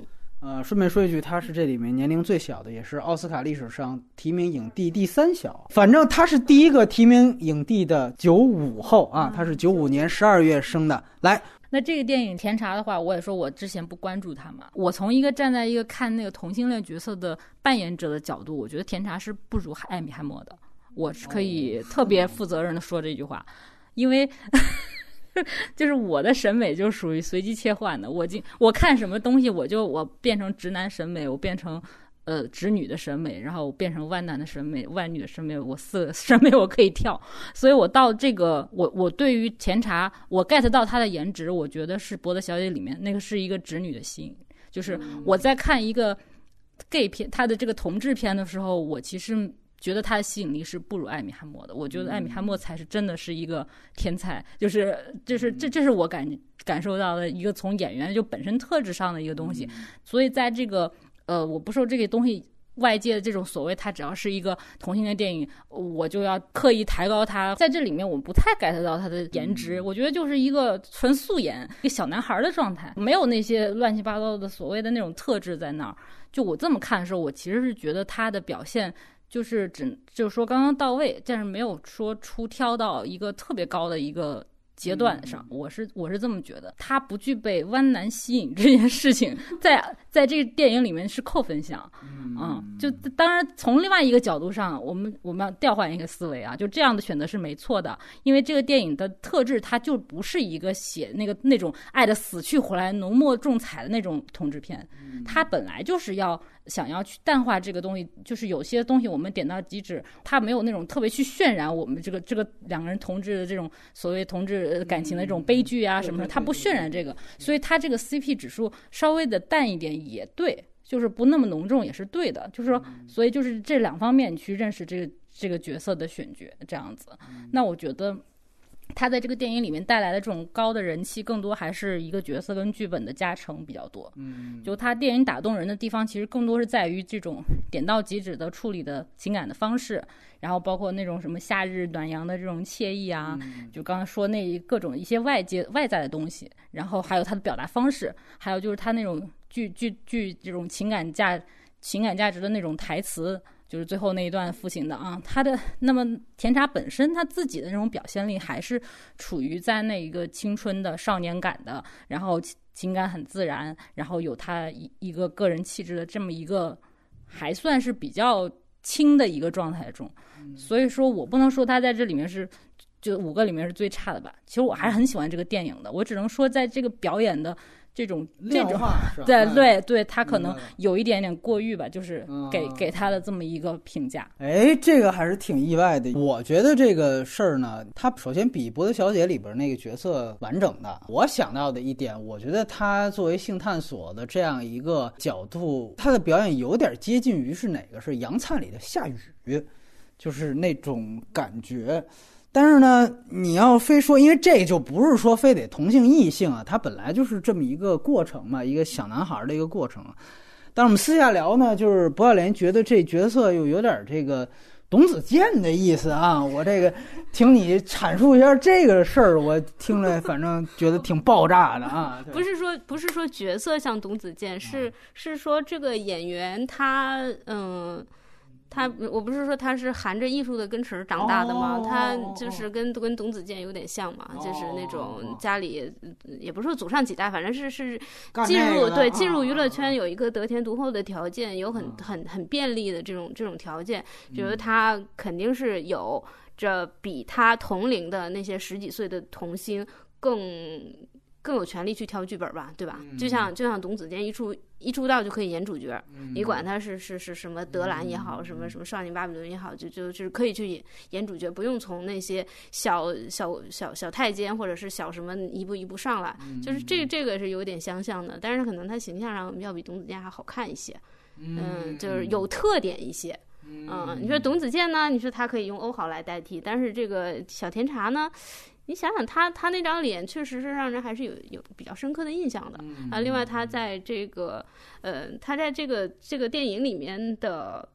呃，顺便说一句，他是这里面年龄最小的，也是奥斯卡历史上提名影帝第三小。反正他是第一个提名影帝的九五后啊，他是九五年十二月生的。来， 那这个电影甜茶的话，我也说我之前不关注他嘛，我从一个站在一个看那个同性恋角色的扮演者的角度，我觉得甜茶是不如艾米汉默的，我是可以特别负责任的说这句话，因为就是我的审美就属于随机切换的，我今我看什么东西，我就我变成直男审美，我变成呃直女的审美，然后我变成弯男的审美、弯女的审美，我四个审美我可以跳。所以我到这个我我对于甜茶，我 get 到她的颜值，我觉得是《博德小姐》里面那个是一个直女的吸引，就是我在看一个 gay 片，她的这个同志片的时候，我其实觉得他的吸引力是不如艾米汉默的，我觉得艾米汉默才是真的是一个天才，就是就是这这是我感感受到的一个从演员就本身特质上的一个东西，所以在这个呃我不受这个东西外界的这种所谓他只要是一个同性恋电影，我就要刻意抬高他，在这里面我不太 get 到他的颜值，我觉得就是一个纯素颜一个小男孩的状态，没有那些乱七八糟的所谓的那种特质在那儿。就我这么看的时候，我其实是觉得他的表现就是只就是说刚刚到位，但是没有说出挑到一个特别高的一个阶段上，我是我是这么觉得，他不具备弯男吸引这件事情，在在这个电影里面是扣分项，嗯，就当然从另外一个角度上，我们我们要调换一个思维啊，就这样的选择是没错的，因为这个电影的特质，它就不是一个写那个那种爱的死去活来、浓墨重彩的那种同志片，它本来就是要想要去淡化这个东西，就是有些东西我们点到即止，它没有那种特别去渲染我们这个这个两个人同志的这种所谓同志感情的这种悲剧啊什么的，它不渲染这个，所以它这个 C P 指数稍微的淡一点也对，就是不那么浓重也是对的，就是说，所以就是这两方面你去认识这个这个角色的选角这样子，那我觉得他在这个电影里面带来的这种高的人气，更多还是一个角色跟剧本的加成比较多。嗯，就他电影打动人的地方，其实更多是在于这种点到即止的处理的情感的方式，然后包括那种什么夏日暖阳的这种惬意啊，嗯、就刚才说那各种一些外界外在的东西，然后还有他的表达方式，还有就是他那种具具具这种情感价情感价值的那种台词。就是最后那一段父亲的啊，他的那么甜茶本身他自己的那种表现力还是处于在那一个青春的少年感的，然后情感很自然，然后有他一一个个人气质的这么一个还算是比较轻的一个状态中，所以说我不能说他在这里面是就五个里面是最差的吧，其实我还是很喜欢这个电影的，我只能说在这个表演的这种这种对对对，他可能有一点点过誉吧，就是给、嗯、给他的这么一个评价。 哎，这个还是挺意外的。我觉得这个事儿呢，他首先比《博德小姐》里边那个角色完整的。我想到的一点，我觉得他作为性探索的这样一个角度，他的表演有点接近于是哪个？是杨灿里的夏雨，就是那种感觉。但是呢，你要非说，因为这就不是说非得同性异性啊，它本来就是这么一个过程嘛，一个小男孩的一个过程。但是我们私下聊呢，就是不要脸觉得这角色又有点这个董子健的意思啊。我这个听你阐述一下这个事儿，我听了反正觉得挺爆炸的啊。 不是说不是说角色像董子健，是是说这个演员他嗯。他我不是说他是含着艺术的根齿长大的吗？ Oh, 他就是跟跟董子健有点像嘛， oh, 就是那种家里也不是说祖上几代，反正是是进入对进入娱乐圈有一个得天独厚的条件，有很很很便利的这种这种条件，觉得他肯定是有着比他同龄的那些十几岁的童星更更有权利去挑剧本吧，对吧？嗯、就像就像董子健一出一出道就可以演主角，嗯、你管他是是是什么德兰也好，嗯、什么什么少年巴比伦也好，就就就是可以去演演主角，不用从那些小小小小太监或者是小什么一步一步上来，嗯、就是这这个是有点相像的，但是可能他形象上要比董子健还好看一些，嗯，嗯就是有特点一些。嗯，你说董子健呢？你说他可以用欧豪来代替，但是这个小甜茶呢？你想想他他那张脸确实是让人还是有有比较深刻的印象的啊。另外他在这个呃他在这个这个电影里面的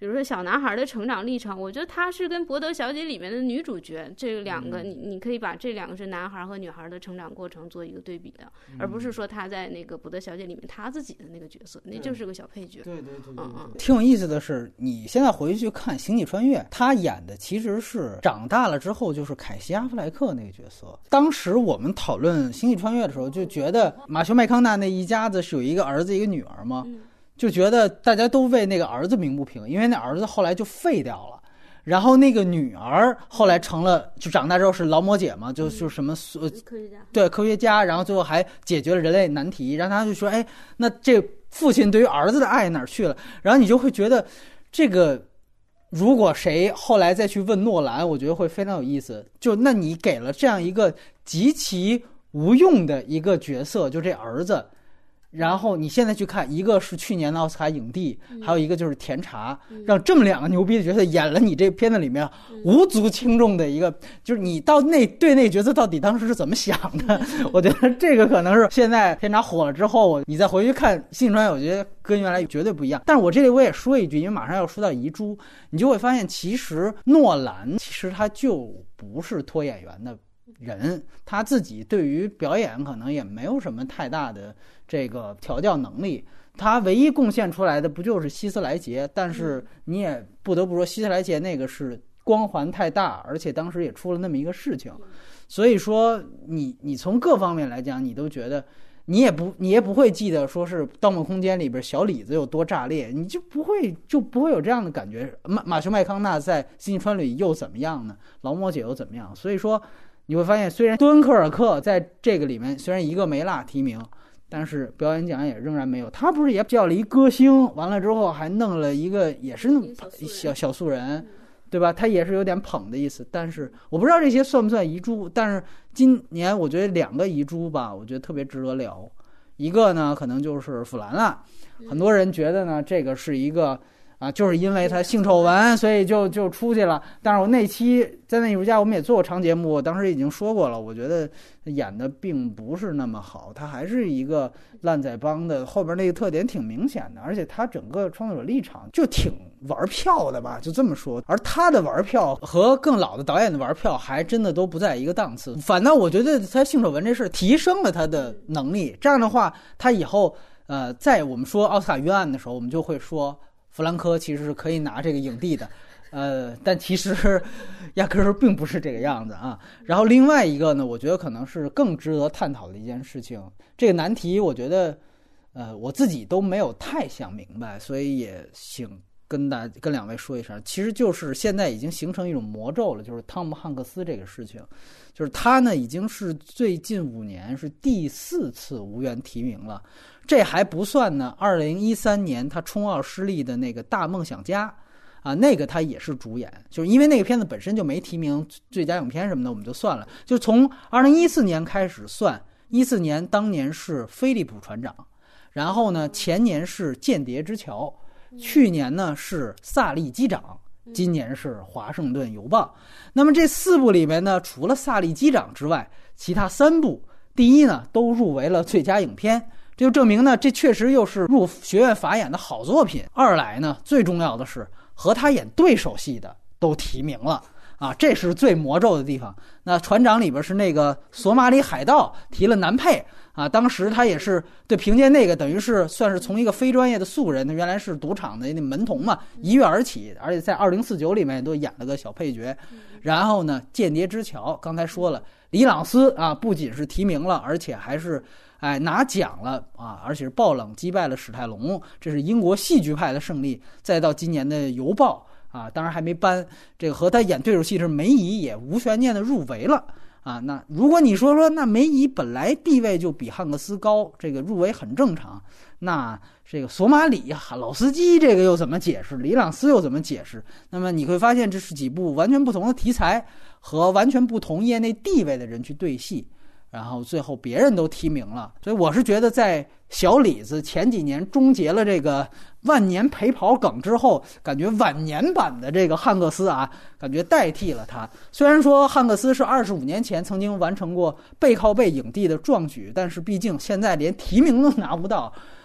比如说小男孩的成长历程，我觉得他是跟《博德小姐》里面的女主角这两个，你你可以把这两个是男孩和女孩的成长过程做一个对比的，而不是说他在那个《博德小姐》里面他自己的那个角色，那就是个小配角。 对对对对对。 嗯嗯。 挺有意思的是，你现在回去看《星际穿越》，他演的其实是长大了之后就是凯西·阿弗莱克那个角色。当时我们讨论《星际穿越》的时候，就觉得马修·麦康纳那一家子是有一个儿子一个女儿嘛。 嗯， 就觉得大家都为那个儿子鸣不平，因为那儿子后来就废掉了，然后那个女儿后来成了，就长大之后是劳模姐嘛，就就什么呃科学家， 对科学家，然后最后还解决了人类难题，然后他就说，哎，那这父亲对于儿子的爱哪儿去了？然后你就会觉得，这个如果谁后来再去问诺兰，我觉得会非常有意思。就那你给了这样一个极其无用的一个角色，就这儿子。然后你现在去看，一个是去年的奥斯卡影帝，还有一个就是甜茶，让这么两个牛逼的角色演了你这片子里面无足轻重的一个，就是你到那对那个角色到底当时是怎么想的？我觉得这个可能是现在甜茶火了之后，你再回去看《星际穿越》，我觉得跟原来绝对不一样。但是我这里我也说一句，因为马上要说到遗珠，你就会发现，其实诺兰其实他就不是拖演员的人，他自己对于表演可能也没有什么太大的这个调教能力，他唯一贡献出来的不就是希斯莱杰？但是你也不得不说，希斯莱杰那个是光环太大，而且当时也出了那么一个事情，所以说你你从各方面来讲，你都觉得你也不你也不会记得说是《盗梦空间》里边小李子有多炸裂，你就不会就不会有这样的感觉。马马修麦康纳在《星际穿越》里又怎么样呢？劳模姐又怎么样？所以说你会发现，虽然敦刻尔克在这个里面虽然一个没落提名，但是表演奖也仍然没有。他不是也叫了一歌星，完了之后还弄了一个也是小小素人，对吧？他也是有点捧的意思。但是我不知道这些算不算遗珠，但是今年我觉得两个遗珠吧，我觉得特别值得聊。一个呢，可能就是弗兰了，很多人觉得呢，这个是一个。啊，就是因为他性丑闻，所以就就出去了。但是我那期在那艺术家我们也做过长节目，我当时已经说过了，我觉得演的并不是那么好，他还是一个烂仔帮的，后边那个特点挺明显的，而且他整个创作者立场就挺玩票的吧，就这么说。而他的玩票和更老的导演的玩票还真的都不在一个档次。反倒我觉得他性丑闻这事提升了他的能力，这样的话，他以后呃，在我们说奥斯卡冤案的时候，我们就会说。弗兰科其实是可以拿这个影帝的，呃，但其实压根儿并不是这个样子啊。然后另外一个呢，我觉得可能是更值得探讨的一件事情。这个难题，我觉得，呃，我自己都没有太想明白，所以也请跟大跟两位说一声。其实就是现在已经形成一种魔咒了，就是汤姆汉克斯这个事情，就是他呢已经是最近五年是第四次无缘提名了。这还不算呢，二零一三年他冲奥失利的那个大梦想家啊，那个他也是主演，就是因为那个片子本身就没提名最佳影片什么的，我们就算了。就从二零一四年开始算，一四年当年是飞利浦船长，然后呢前年是间谍之桥，去年呢是萨利机长，今年是华盛顿邮报。那么这四部里面呢，除了萨利机长之外，其他三部第一呢都入围了最佳影片。这就证明呢，这确实又是入学院法眼的好作品。二来呢，最重要的是和他演对手戏的都提名了啊，这是最魔咒的地方。那船长里边是那个索马里海盗提了男配啊，当时他也是对凭借那个等于是算是从一个非专业的素人，他原来是赌场的那门童嘛，一跃而起，而且在二零四九里面都演了个小配角。然后呢，间谍之桥刚才说了，李朗斯啊不仅是提名了，而且还是哎拿奖了啊，而且是爆冷击败了史泰龙，这是英国戏剧派的胜利。再到今年的邮报啊，当然还没颁，这个和他演对手戏是梅姨也无悬念的入围了啊。那如果你说说那梅姨本来地位就比汉克斯高，这个入围很正常，那这个索马里老司机这个又怎么解释？李朗斯又怎么解释？那么你会发现这是几部完全不同的题材和完全不同业内地位的人去对戏，然后最后别人都提名了。所以我是觉得在小李子前几年终结了这个万年陪跑梗之后，感觉晚年版的这个汉克斯啊，感觉代替了他。虽然说汉克斯是二十五年前曾经完成过背靠背影帝的壮举，但是毕竟现在连提名都拿不到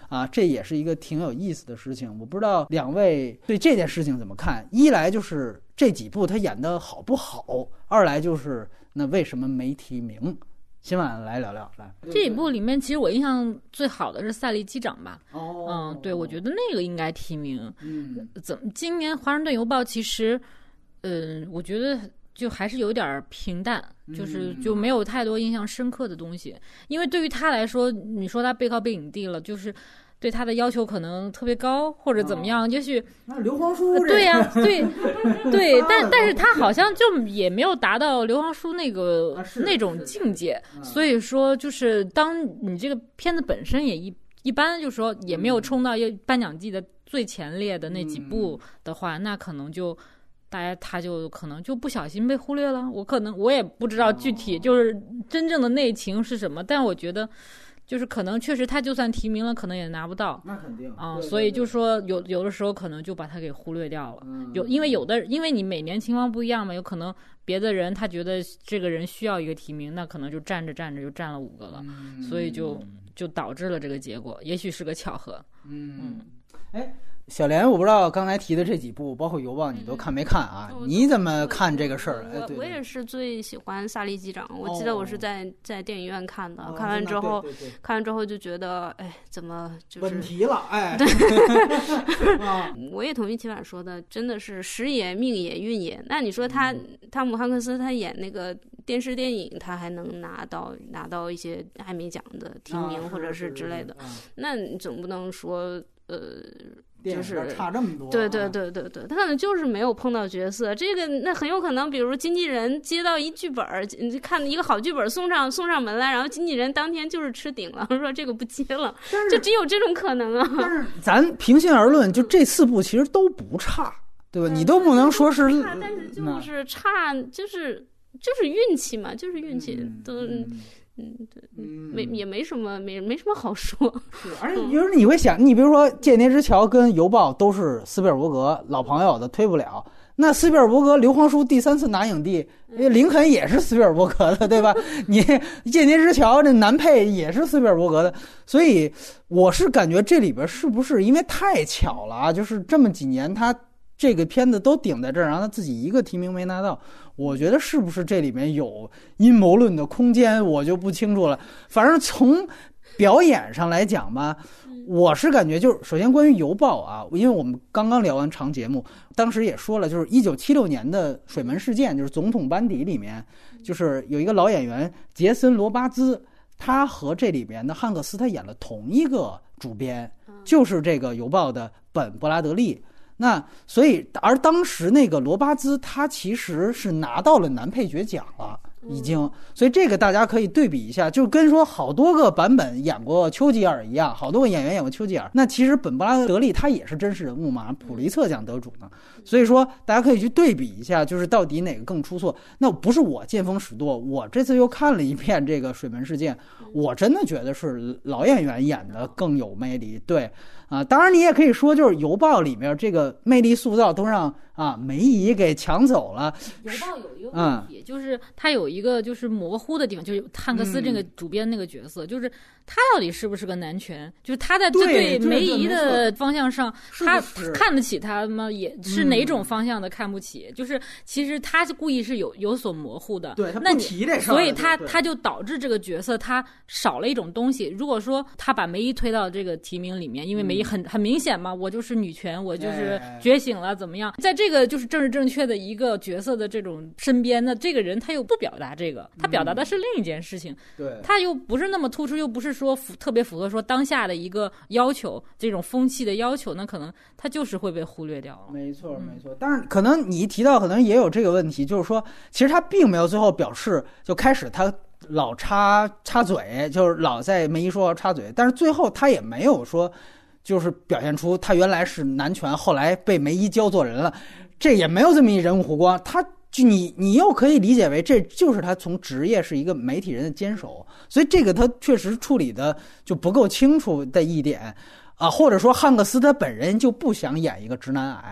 啊，这也是一个挺有意思的事情。我不知道两位对这件事情怎么看？一来就是这几部他演的好不好，二来就是那为什么没提名？今晚来聊聊。来， 这一部里面，其实我印象最好的是赛利机长吧。 哦， 嗯，对，我觉得那个应该提名。 嗯， 怎么今年华盛顿邮报其实，嗯、呃，我觉得就还是有点平淡，就是就没有太多印象深刻的东西。因为对于他来说，你说他背靠背影帝了，就是对他的要求可能特别高，或者怎么样，哦、也许那刘皇叔对呀、啊，对对，但但是他好像就也没有达到刘皇叔那个、啊、那种境界，所以说就是当你这个片子本身也一一般，就是说也没有冲到颁奖季的最前列的那几部的话，嗯、那可能就。大家他就可能就不小心被忽略了，我可能我也不知道具体就是真正的内情是什么，但我觉得就是可能确实他就算提名了，可能也拿不到。 那肯定啊、嗯，所以就说有有的时候可能就把他给忽略掉了。嗯、有因为有的因为你每年情况不一样嘛，有可能别的人他觉得这个人需要一个提名，那可能就站着站着就占了五个了，嗯、所以就就导致了这个结果，也许是个巧合。 嗯，哎、嗯。小莲，我不知道刚才提的这几部，包括《邮报》，你都看没看啊？嗯、你怎么看这个事儿？ 我、 哎、 我也是最喜欢萨利机长，我记得我是在、哦、在电影院看的，哦、看完之后， 对对对看完之后就觉得，哎，怎么就是问题了？哎， 对，我也同意齐婉说的，真的是时也命也运也。那你说他、嗯、汤姆汉克斯他演那个电视电影，他还能拿到拿到一些艾美奖的提名、啊、或者是之类的， 啊、 那你总不能说呃。就是差这么多， 对对对对对，他可能就是没有碰到角色，这个那很有可能，比如经纪人接到一剧本，看一个好剧本送上送上门来，然后经纪人当天就是吃顶了，说这个不接了，就只有这种可能啊。 但是咱平心而论，就这四部其实都不差，对吧？嗯、你都不能说是差，但是就是差，就是就是运气嘛，就是运气、嗯、都。嗯嗯，对，没也没什么，没没什么好说。 是，而且就是你会想，你比如说《间谍之桥》跟《邮报》都是斯皮尔伯格老朋友的，推不了。那斯皮尔伯格刘皇叔第三次拿影帝，林肯也是斯皮尔伯格的，对吧？你《间谍之桥》这男配也是斯皮尔伯格的，所以我是感觉这里边是不是因为太巧了啊？就是这么几年他这个片子都顶在这儿，然后他自己一个提名没拿到。我觉得是不是这里面有阴谋论的空间，我就不清楚了。反正从表演上来讲吧，我是感觉就是首先关于邮报啊，因为我们刚刚聊完长节目，当时也说了，就是一九七六年的水门事件，就是总统班底里面，就是有一个老演员杰森罗巴兹，他和这里面的汉克斯他演了同一个主编，就是这个邮报的本布拉德利。那所以，而当时那个罗巴兹他其实是拿到了男配角奖了，已经，所以这个大家可以对比一下，就跟说好多个版本演过丘吉尔一样，好多个演员演过丘吉尔。那其实本布拉德利他也是真实人物嘛，普利策奖得主呢。所以说大家可以去对比一下，就是到底哪个更出错。那不是我见风使舵，我这次又看了一遍这个水门事件，我真的觉得是老演员演的更有魅力。对。啊，当然你也可以说，就是邮报里面这个魅力塑造都让啊梅姨给抢走了。 邮报有一个问题，嗯、就是它有一个就是模糊的地方，就是汉克斯这个主编那个角色，嗯、就是他到底是不是个男权？就是他在这对梅姨的方向上，他看得起他吗？也是哪种方向的看不起？嗯、就是其实他是故意是有有所模糊的。 对，他不提这事儿， 所以他他就导致这个角色他少了一种东西。如果说他把梅姨推到这个提名里面，因为梅姨很很明显嘛，我就是女权，我就是觉醒了，怎么样？在这个就是政治正确的一个角色的这种身边，那这个人他又不表达这个，他表达的是另一件事情， 对、嗯， 他又不是那么突出，又不是说符特别符合说当下的一个要求，这种风气的要求，那可能他就是会被忽略掉了。 没错，没错。但是可能你一提到，可能也有这个问题，就是说，其实他并没有最后表示，就开始他老插插嘴，就是老在梅姨说插嘴，但是最后他也没有说。就是表现出他原来是男权，后来被梅姨教做人了，这也没有这么一人物弧光。他就你你又可以理解为这就是他从职业是一个媒体人的坚守，所以这个他确实处理的就不够清楚的一点啊，或者说汉克斯他本人就不想演一个直男癌。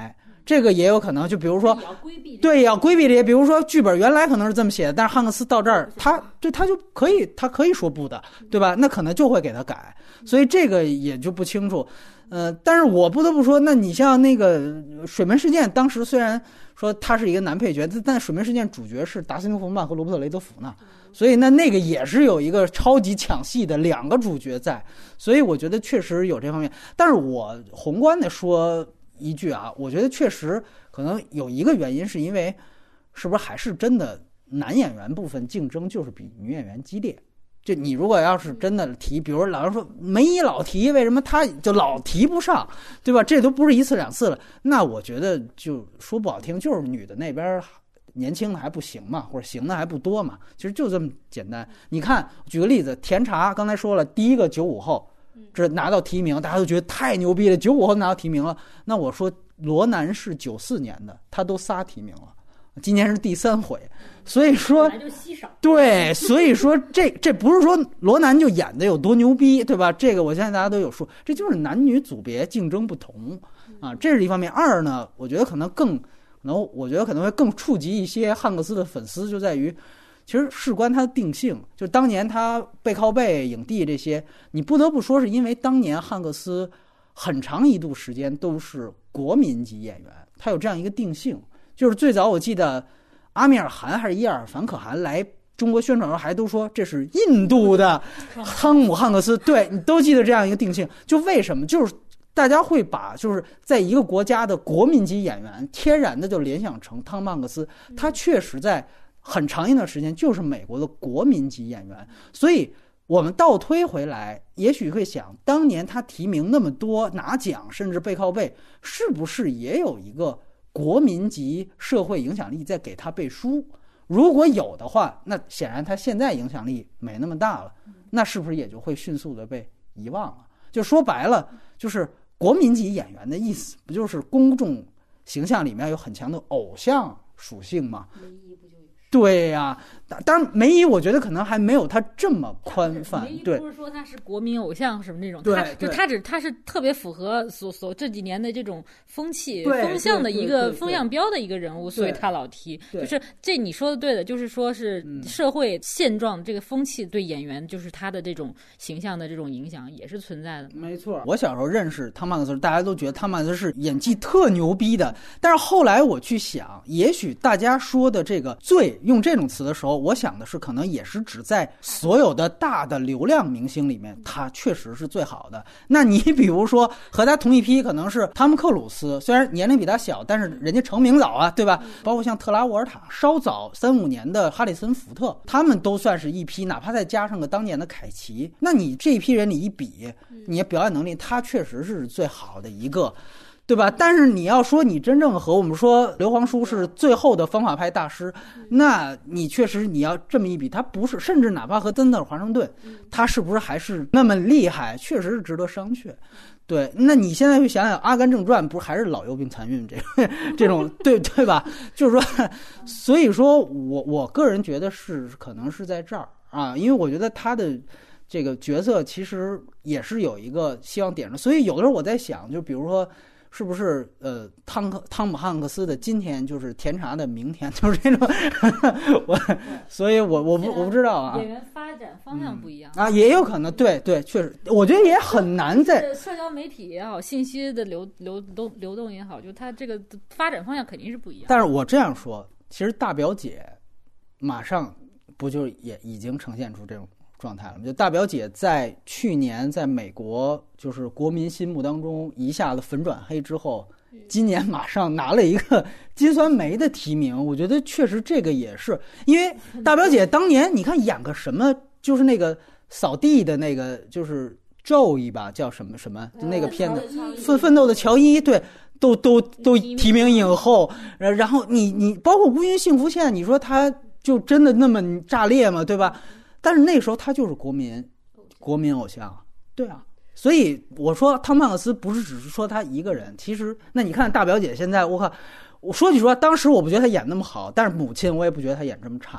这个也有可能，就比如说，对，也要规避这些。比如说，剧本原来可能是这么写的，但是汉克斯到这儿，他对他就可以，他可以说不的，对吧？那可能就会给他改，所以这个也就不清楚。呃，但是我不得不说，那你像那个水门事件，当时虽然说他是一个男配角，但水门事件主角是达斯汀·霍夫曼和罗伯特·雷德福呢，所以那那个也是有一个超级抢戏的两个主角在，所以我觉得确实有这方面。但是我宏观的说一句啊，我觉得确实可能有一个原因，是因为是不是还是真的男演员部分竞争就是比女演员激烈。就你如果要是真的提，比如老人说梅姨老提，为什么他就老提不上，对吧？这都不是一次两次了。那我觉得就说不好听，就是女的那边年轻的还不行嘛，或者行的还不多嘛，其实就这么简单。你看，举个例子，甜茶刚才说了，第一个九五后，这拿到提名，大家都觉得太牛逼了，九五后拿到提名了。那我说罗南是九四年的，他都仨提名了。今年是第三回，所以说对，所以说这这不是说罗南就演的有多牛逼，对吧？这个我相信大家都有数，这就是男女组别竞争不同啊，这是一方面。二呢，我觉得可能更可能，我觉得可能会更触及一些汉克斯的粉丝，就在于其实事关他的定性，就当年他背靠背影帝这些，你不得不说是因为当年汉克斯很长一度时间都是国民级演员，他有这样一个定性。就是最早我记得阿米尔汗还是伊尔凡可汗来中国宣传的时候，还都说这是印度的汤姆汉克斯，对，你都记得这样一个定性。就为什么？就是大家会把就是在一个国家的国民级演员天然的就联想成汤姆汉克斯，他确实在很长一段时间就是美国的国民级演员。所以我们倒推回来，也许会想，当年他提名那么多拿奖甚至背靠背，是不是也有一个国民级社会影响力在给他背书？如果有的话，那显然他现在影响力没那么大了，那是不是也就会迅速的被遗忘了？就说白了，就是国民级演员的意思，不就是公众形象里面有很强的偶像属性吗？对呀、啊，当然梅姨我觉得可能还没有他这么宽泛。对， 不是说他是国民偶像什么那种， 对， 他就他只他是特别符合所所这几年的这种风气风向的一个风向标的一个人物，所以他老提。就是这你说的对的，就是说是社会现状这个风气对演员就是他的这种形象的这种影响也是存在的。 没错，我小时候认识汤姆汉克斯，大家都觉得汤姆汉克斯是演技特牛逼的，但是后来我去想，也许大家说的这个最用这种词的时候，我想的是可能也是指在所有的大的流量明星里面，他确实是最好的。那你比如说和他同一批可能是汤姆克鲁斯，虽然年龄比他小，但是人家成名早啊，对吧？包括像特拉沃尔塔，稍早三五年的哈里森福特，他们都算是一批，哪怕再加上个当年的凯奇，那你这一批人你一比，你的表演能力，他确实是最好的一个，对吧？但是你要说你真正和我们说刘皇叔是最后的方法派大师，那你确实你要这么一比，他不是，甚至哪怕和登德尔华盛顿，他是不是还是那么厉害，确实是值得商榷。对，那你现在去想想《阿甘正传》，不是还是老幼病残孕这个这种，对对吧？就是说，所以说我我个人觉得是可能是在这儿啊，因为我觉得他的这个角色其实也是有一个希望点的，所以有的时候我在想，就比如说。是不是呃汤克汤姆汉克斯的今天就是甜茶的明天，就是这种我，所以我我不我不知道啊。 演员发展方向不一样、 嗯、啊，也有可能，对对，确实，我觉得也很难在社交媒体也好，信息的流流动流动也好，就它这个发展方向肯定是不一样。 但是我这样说，其实大表姐马上不就也已经呈现出这种状态了，就大表姐在去年在美国就是国民心目当中一下子粉转黑之后，今年马上拿了一个金酸梅的提名，我觉得确实这个也是，因为大表姐当年你看演个什么，就是那个扫地的那个就是Joey吧，叫什么什么那个片子奋奋斗的乔伊，对，都都都提名影后，然后你你包括乌云幸福线，你说他就真的那么炸裂吗？对吧？但是那时候他就是国民国民偶像，对啊，所以我说汤姆汉克斯不是只是说他一个人，其实那你看大表姐现在，我靠，我说句实话，当时我不觉得他演那么好，但是母亲我也不觉得他演这么差，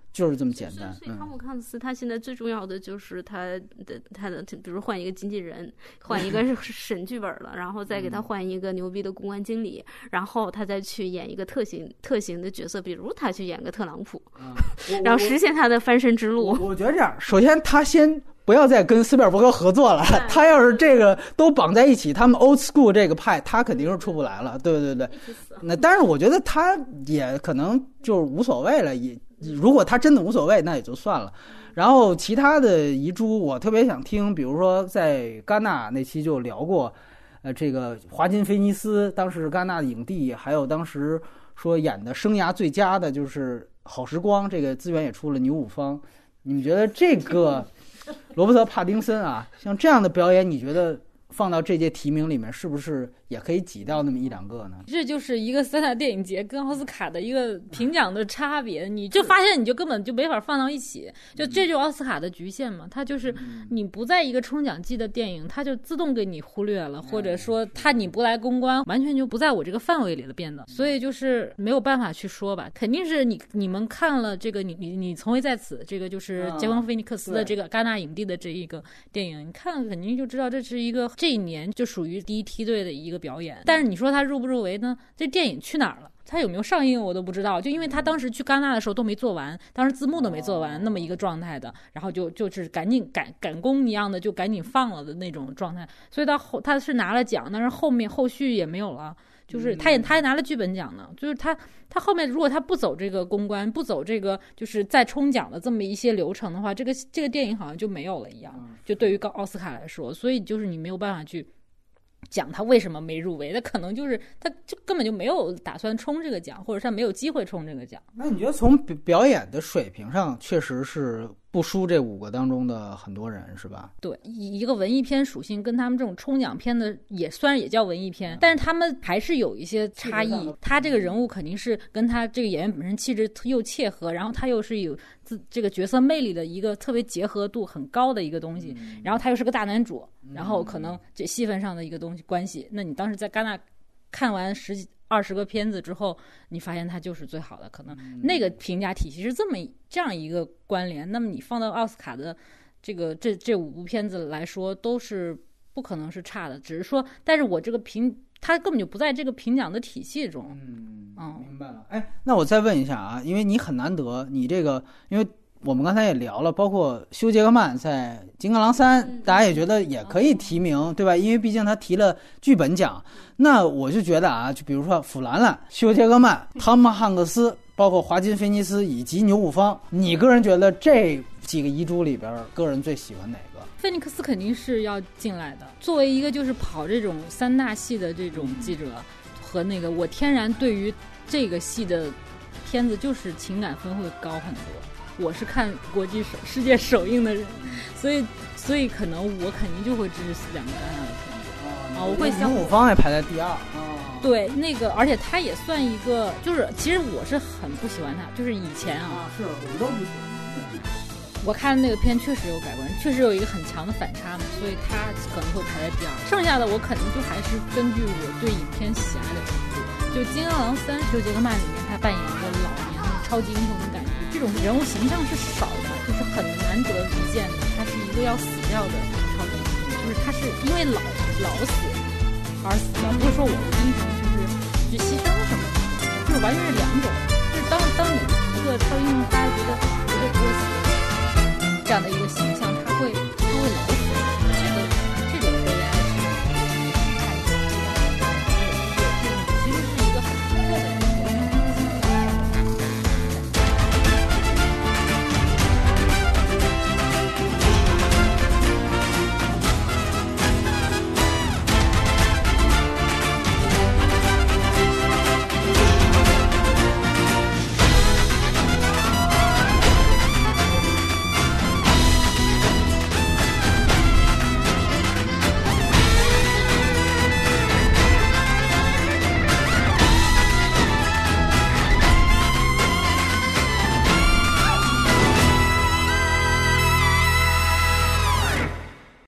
就是这么简单。 所以汤姆汉克斯他现在最重要的就是他的他的，比如换一个经纪人，换一个审剧本了，然后再给他换一个牛逼的公关经理，然后他再去演一个特型特型的角色，比如他去演个特朗普， 嗯、 然后实现他的翻身之路。 我, 我觉得这样，首先他先不要再跟斯皮尔伯格合作了，他要是这个都绑在一起，他们 old school 这个派他肯定是出不来了，对对对。那但是我觉得他也可能就是无所谓了，也如果他真的无所谓，那也就算了。然后其他的遗珠我特别想听，比如说在戛纳那期就聊过，呃，这个华金菲尼斯当时戛纳的影帝，还有当时说演的生涯最佳的就是《好时光》，这个资源也出了牛五方。你们觉得这个罗伯特·帕丁森啊，像这样的表演，你觉得放到这届提名里面，是不是也可以挤掉那么一两个呢？ 这就是一个三大电影节跟奥斯卡的一个评奖的差别，你就发现你就根本就没法放到一起，就这就是奥斯卡的局限嘛。它就是你不在一个冲奖季的电影，它就自动给你忽略了，或者说它你不来公关，完全就不在我这个范围里了变得。所以就是没有办法去说吧，肯定是你你们看了这个你你你从未在此，这个就是杰昆·菲尼克斯的这个戛纳影帝的这一个电影，你看肯定就知道这是一个这一年就属于第一梯队的一个表演。但是你说他入不入围呢？这电影去哪儿了？他有没有上映我都不知道，就因为他当时去戛纳的时候都没做完，当时字幕都没做完，那么一个状态的，然后就就是赶紧赶赶工一样的就赶紧放了的那种状态，所以到后他是拿了奖，但是后面后续也没有了。就是他也他还拿了剧本奖呢，就是他他后面如果他不走这个公关，不走这个就是再冲奖的这么一些流程的话，这个这个电影好像就没有了一样，就对于奥斯卡来说，所以就是你没有办法去讲他为什么没入围，那可能就是他就根本就没有打算冲这个奖，或者他没有机会冲这个奖。 那你觉得从表演的水平上，确实是不输这五个当中的很多人，是吧？ 对，一个文艺片属性跟他们这种冲奖片的也虽然也叫文艺片，但是他们还是有一些差异。他这个人物肯定是跟他这个演员本身气质又切合，然后他又是有自这个角色魅力的一个特别结合度很高的一个东西，然后他又是个大男主，然后可能这戏份上的一个东西关系。那你当时在戛纳看完十几二十个片子之后，你发现它就是最好的，可能那个评价体系是这么这样一个关联。那么你放到奥斯卡的这个这这五部片子来说，都是不可能是差的，只是说，但是我这个评，它根本就不在这个评奖的体系中。 嗯， 嗯， 明白了。哎，那我再问一下啊，因为你很难得，你这个因为。我们刚才也聊了，包括休·杰克曼在《金刚狼三》，大家也觉得也可以提名，对吧？因为毕竟他提了剧本奖。那我就觉得啊，就比如说弗兰兰、休·杰克曼、汤姆·汉克斯，包括华金·菲尼斯以及牛五方，你个人觉得这几个遗珠里边，个人最喜欢哪个？ 菲尼克斯肯定是要进来的。作为一个就是跑这种三大系的这种记者，和那个我天然对于这个系的片子就是情感分会高很多。我是看国际首世界首映的人，所以所以可能我肯定就会支持两个戛纳的片子啊，我会想牛五方也排在第二。 对，那个而且他也算一个，就是其实我是很不喜欢他，就是以前啊， 是我们都不喜欢。 我看那个片确实有改观，确实有一个很强的反差嘛，所以他可能会排在第二。剩下的我肯定就还是根据我对影片喜爱的程度。就《金刚狼三》休·杰克曼里面，他扮演一个老年的超级英雄的感觉。这种人物形象是少的，就是很难得一见的。他是一个要死掉的超级英雄，就是他是因为老老死而死掉，不是说我的英雄就是去牺牲什么的，就是完全是两种。就是当当你一个超级英雄，大家觉得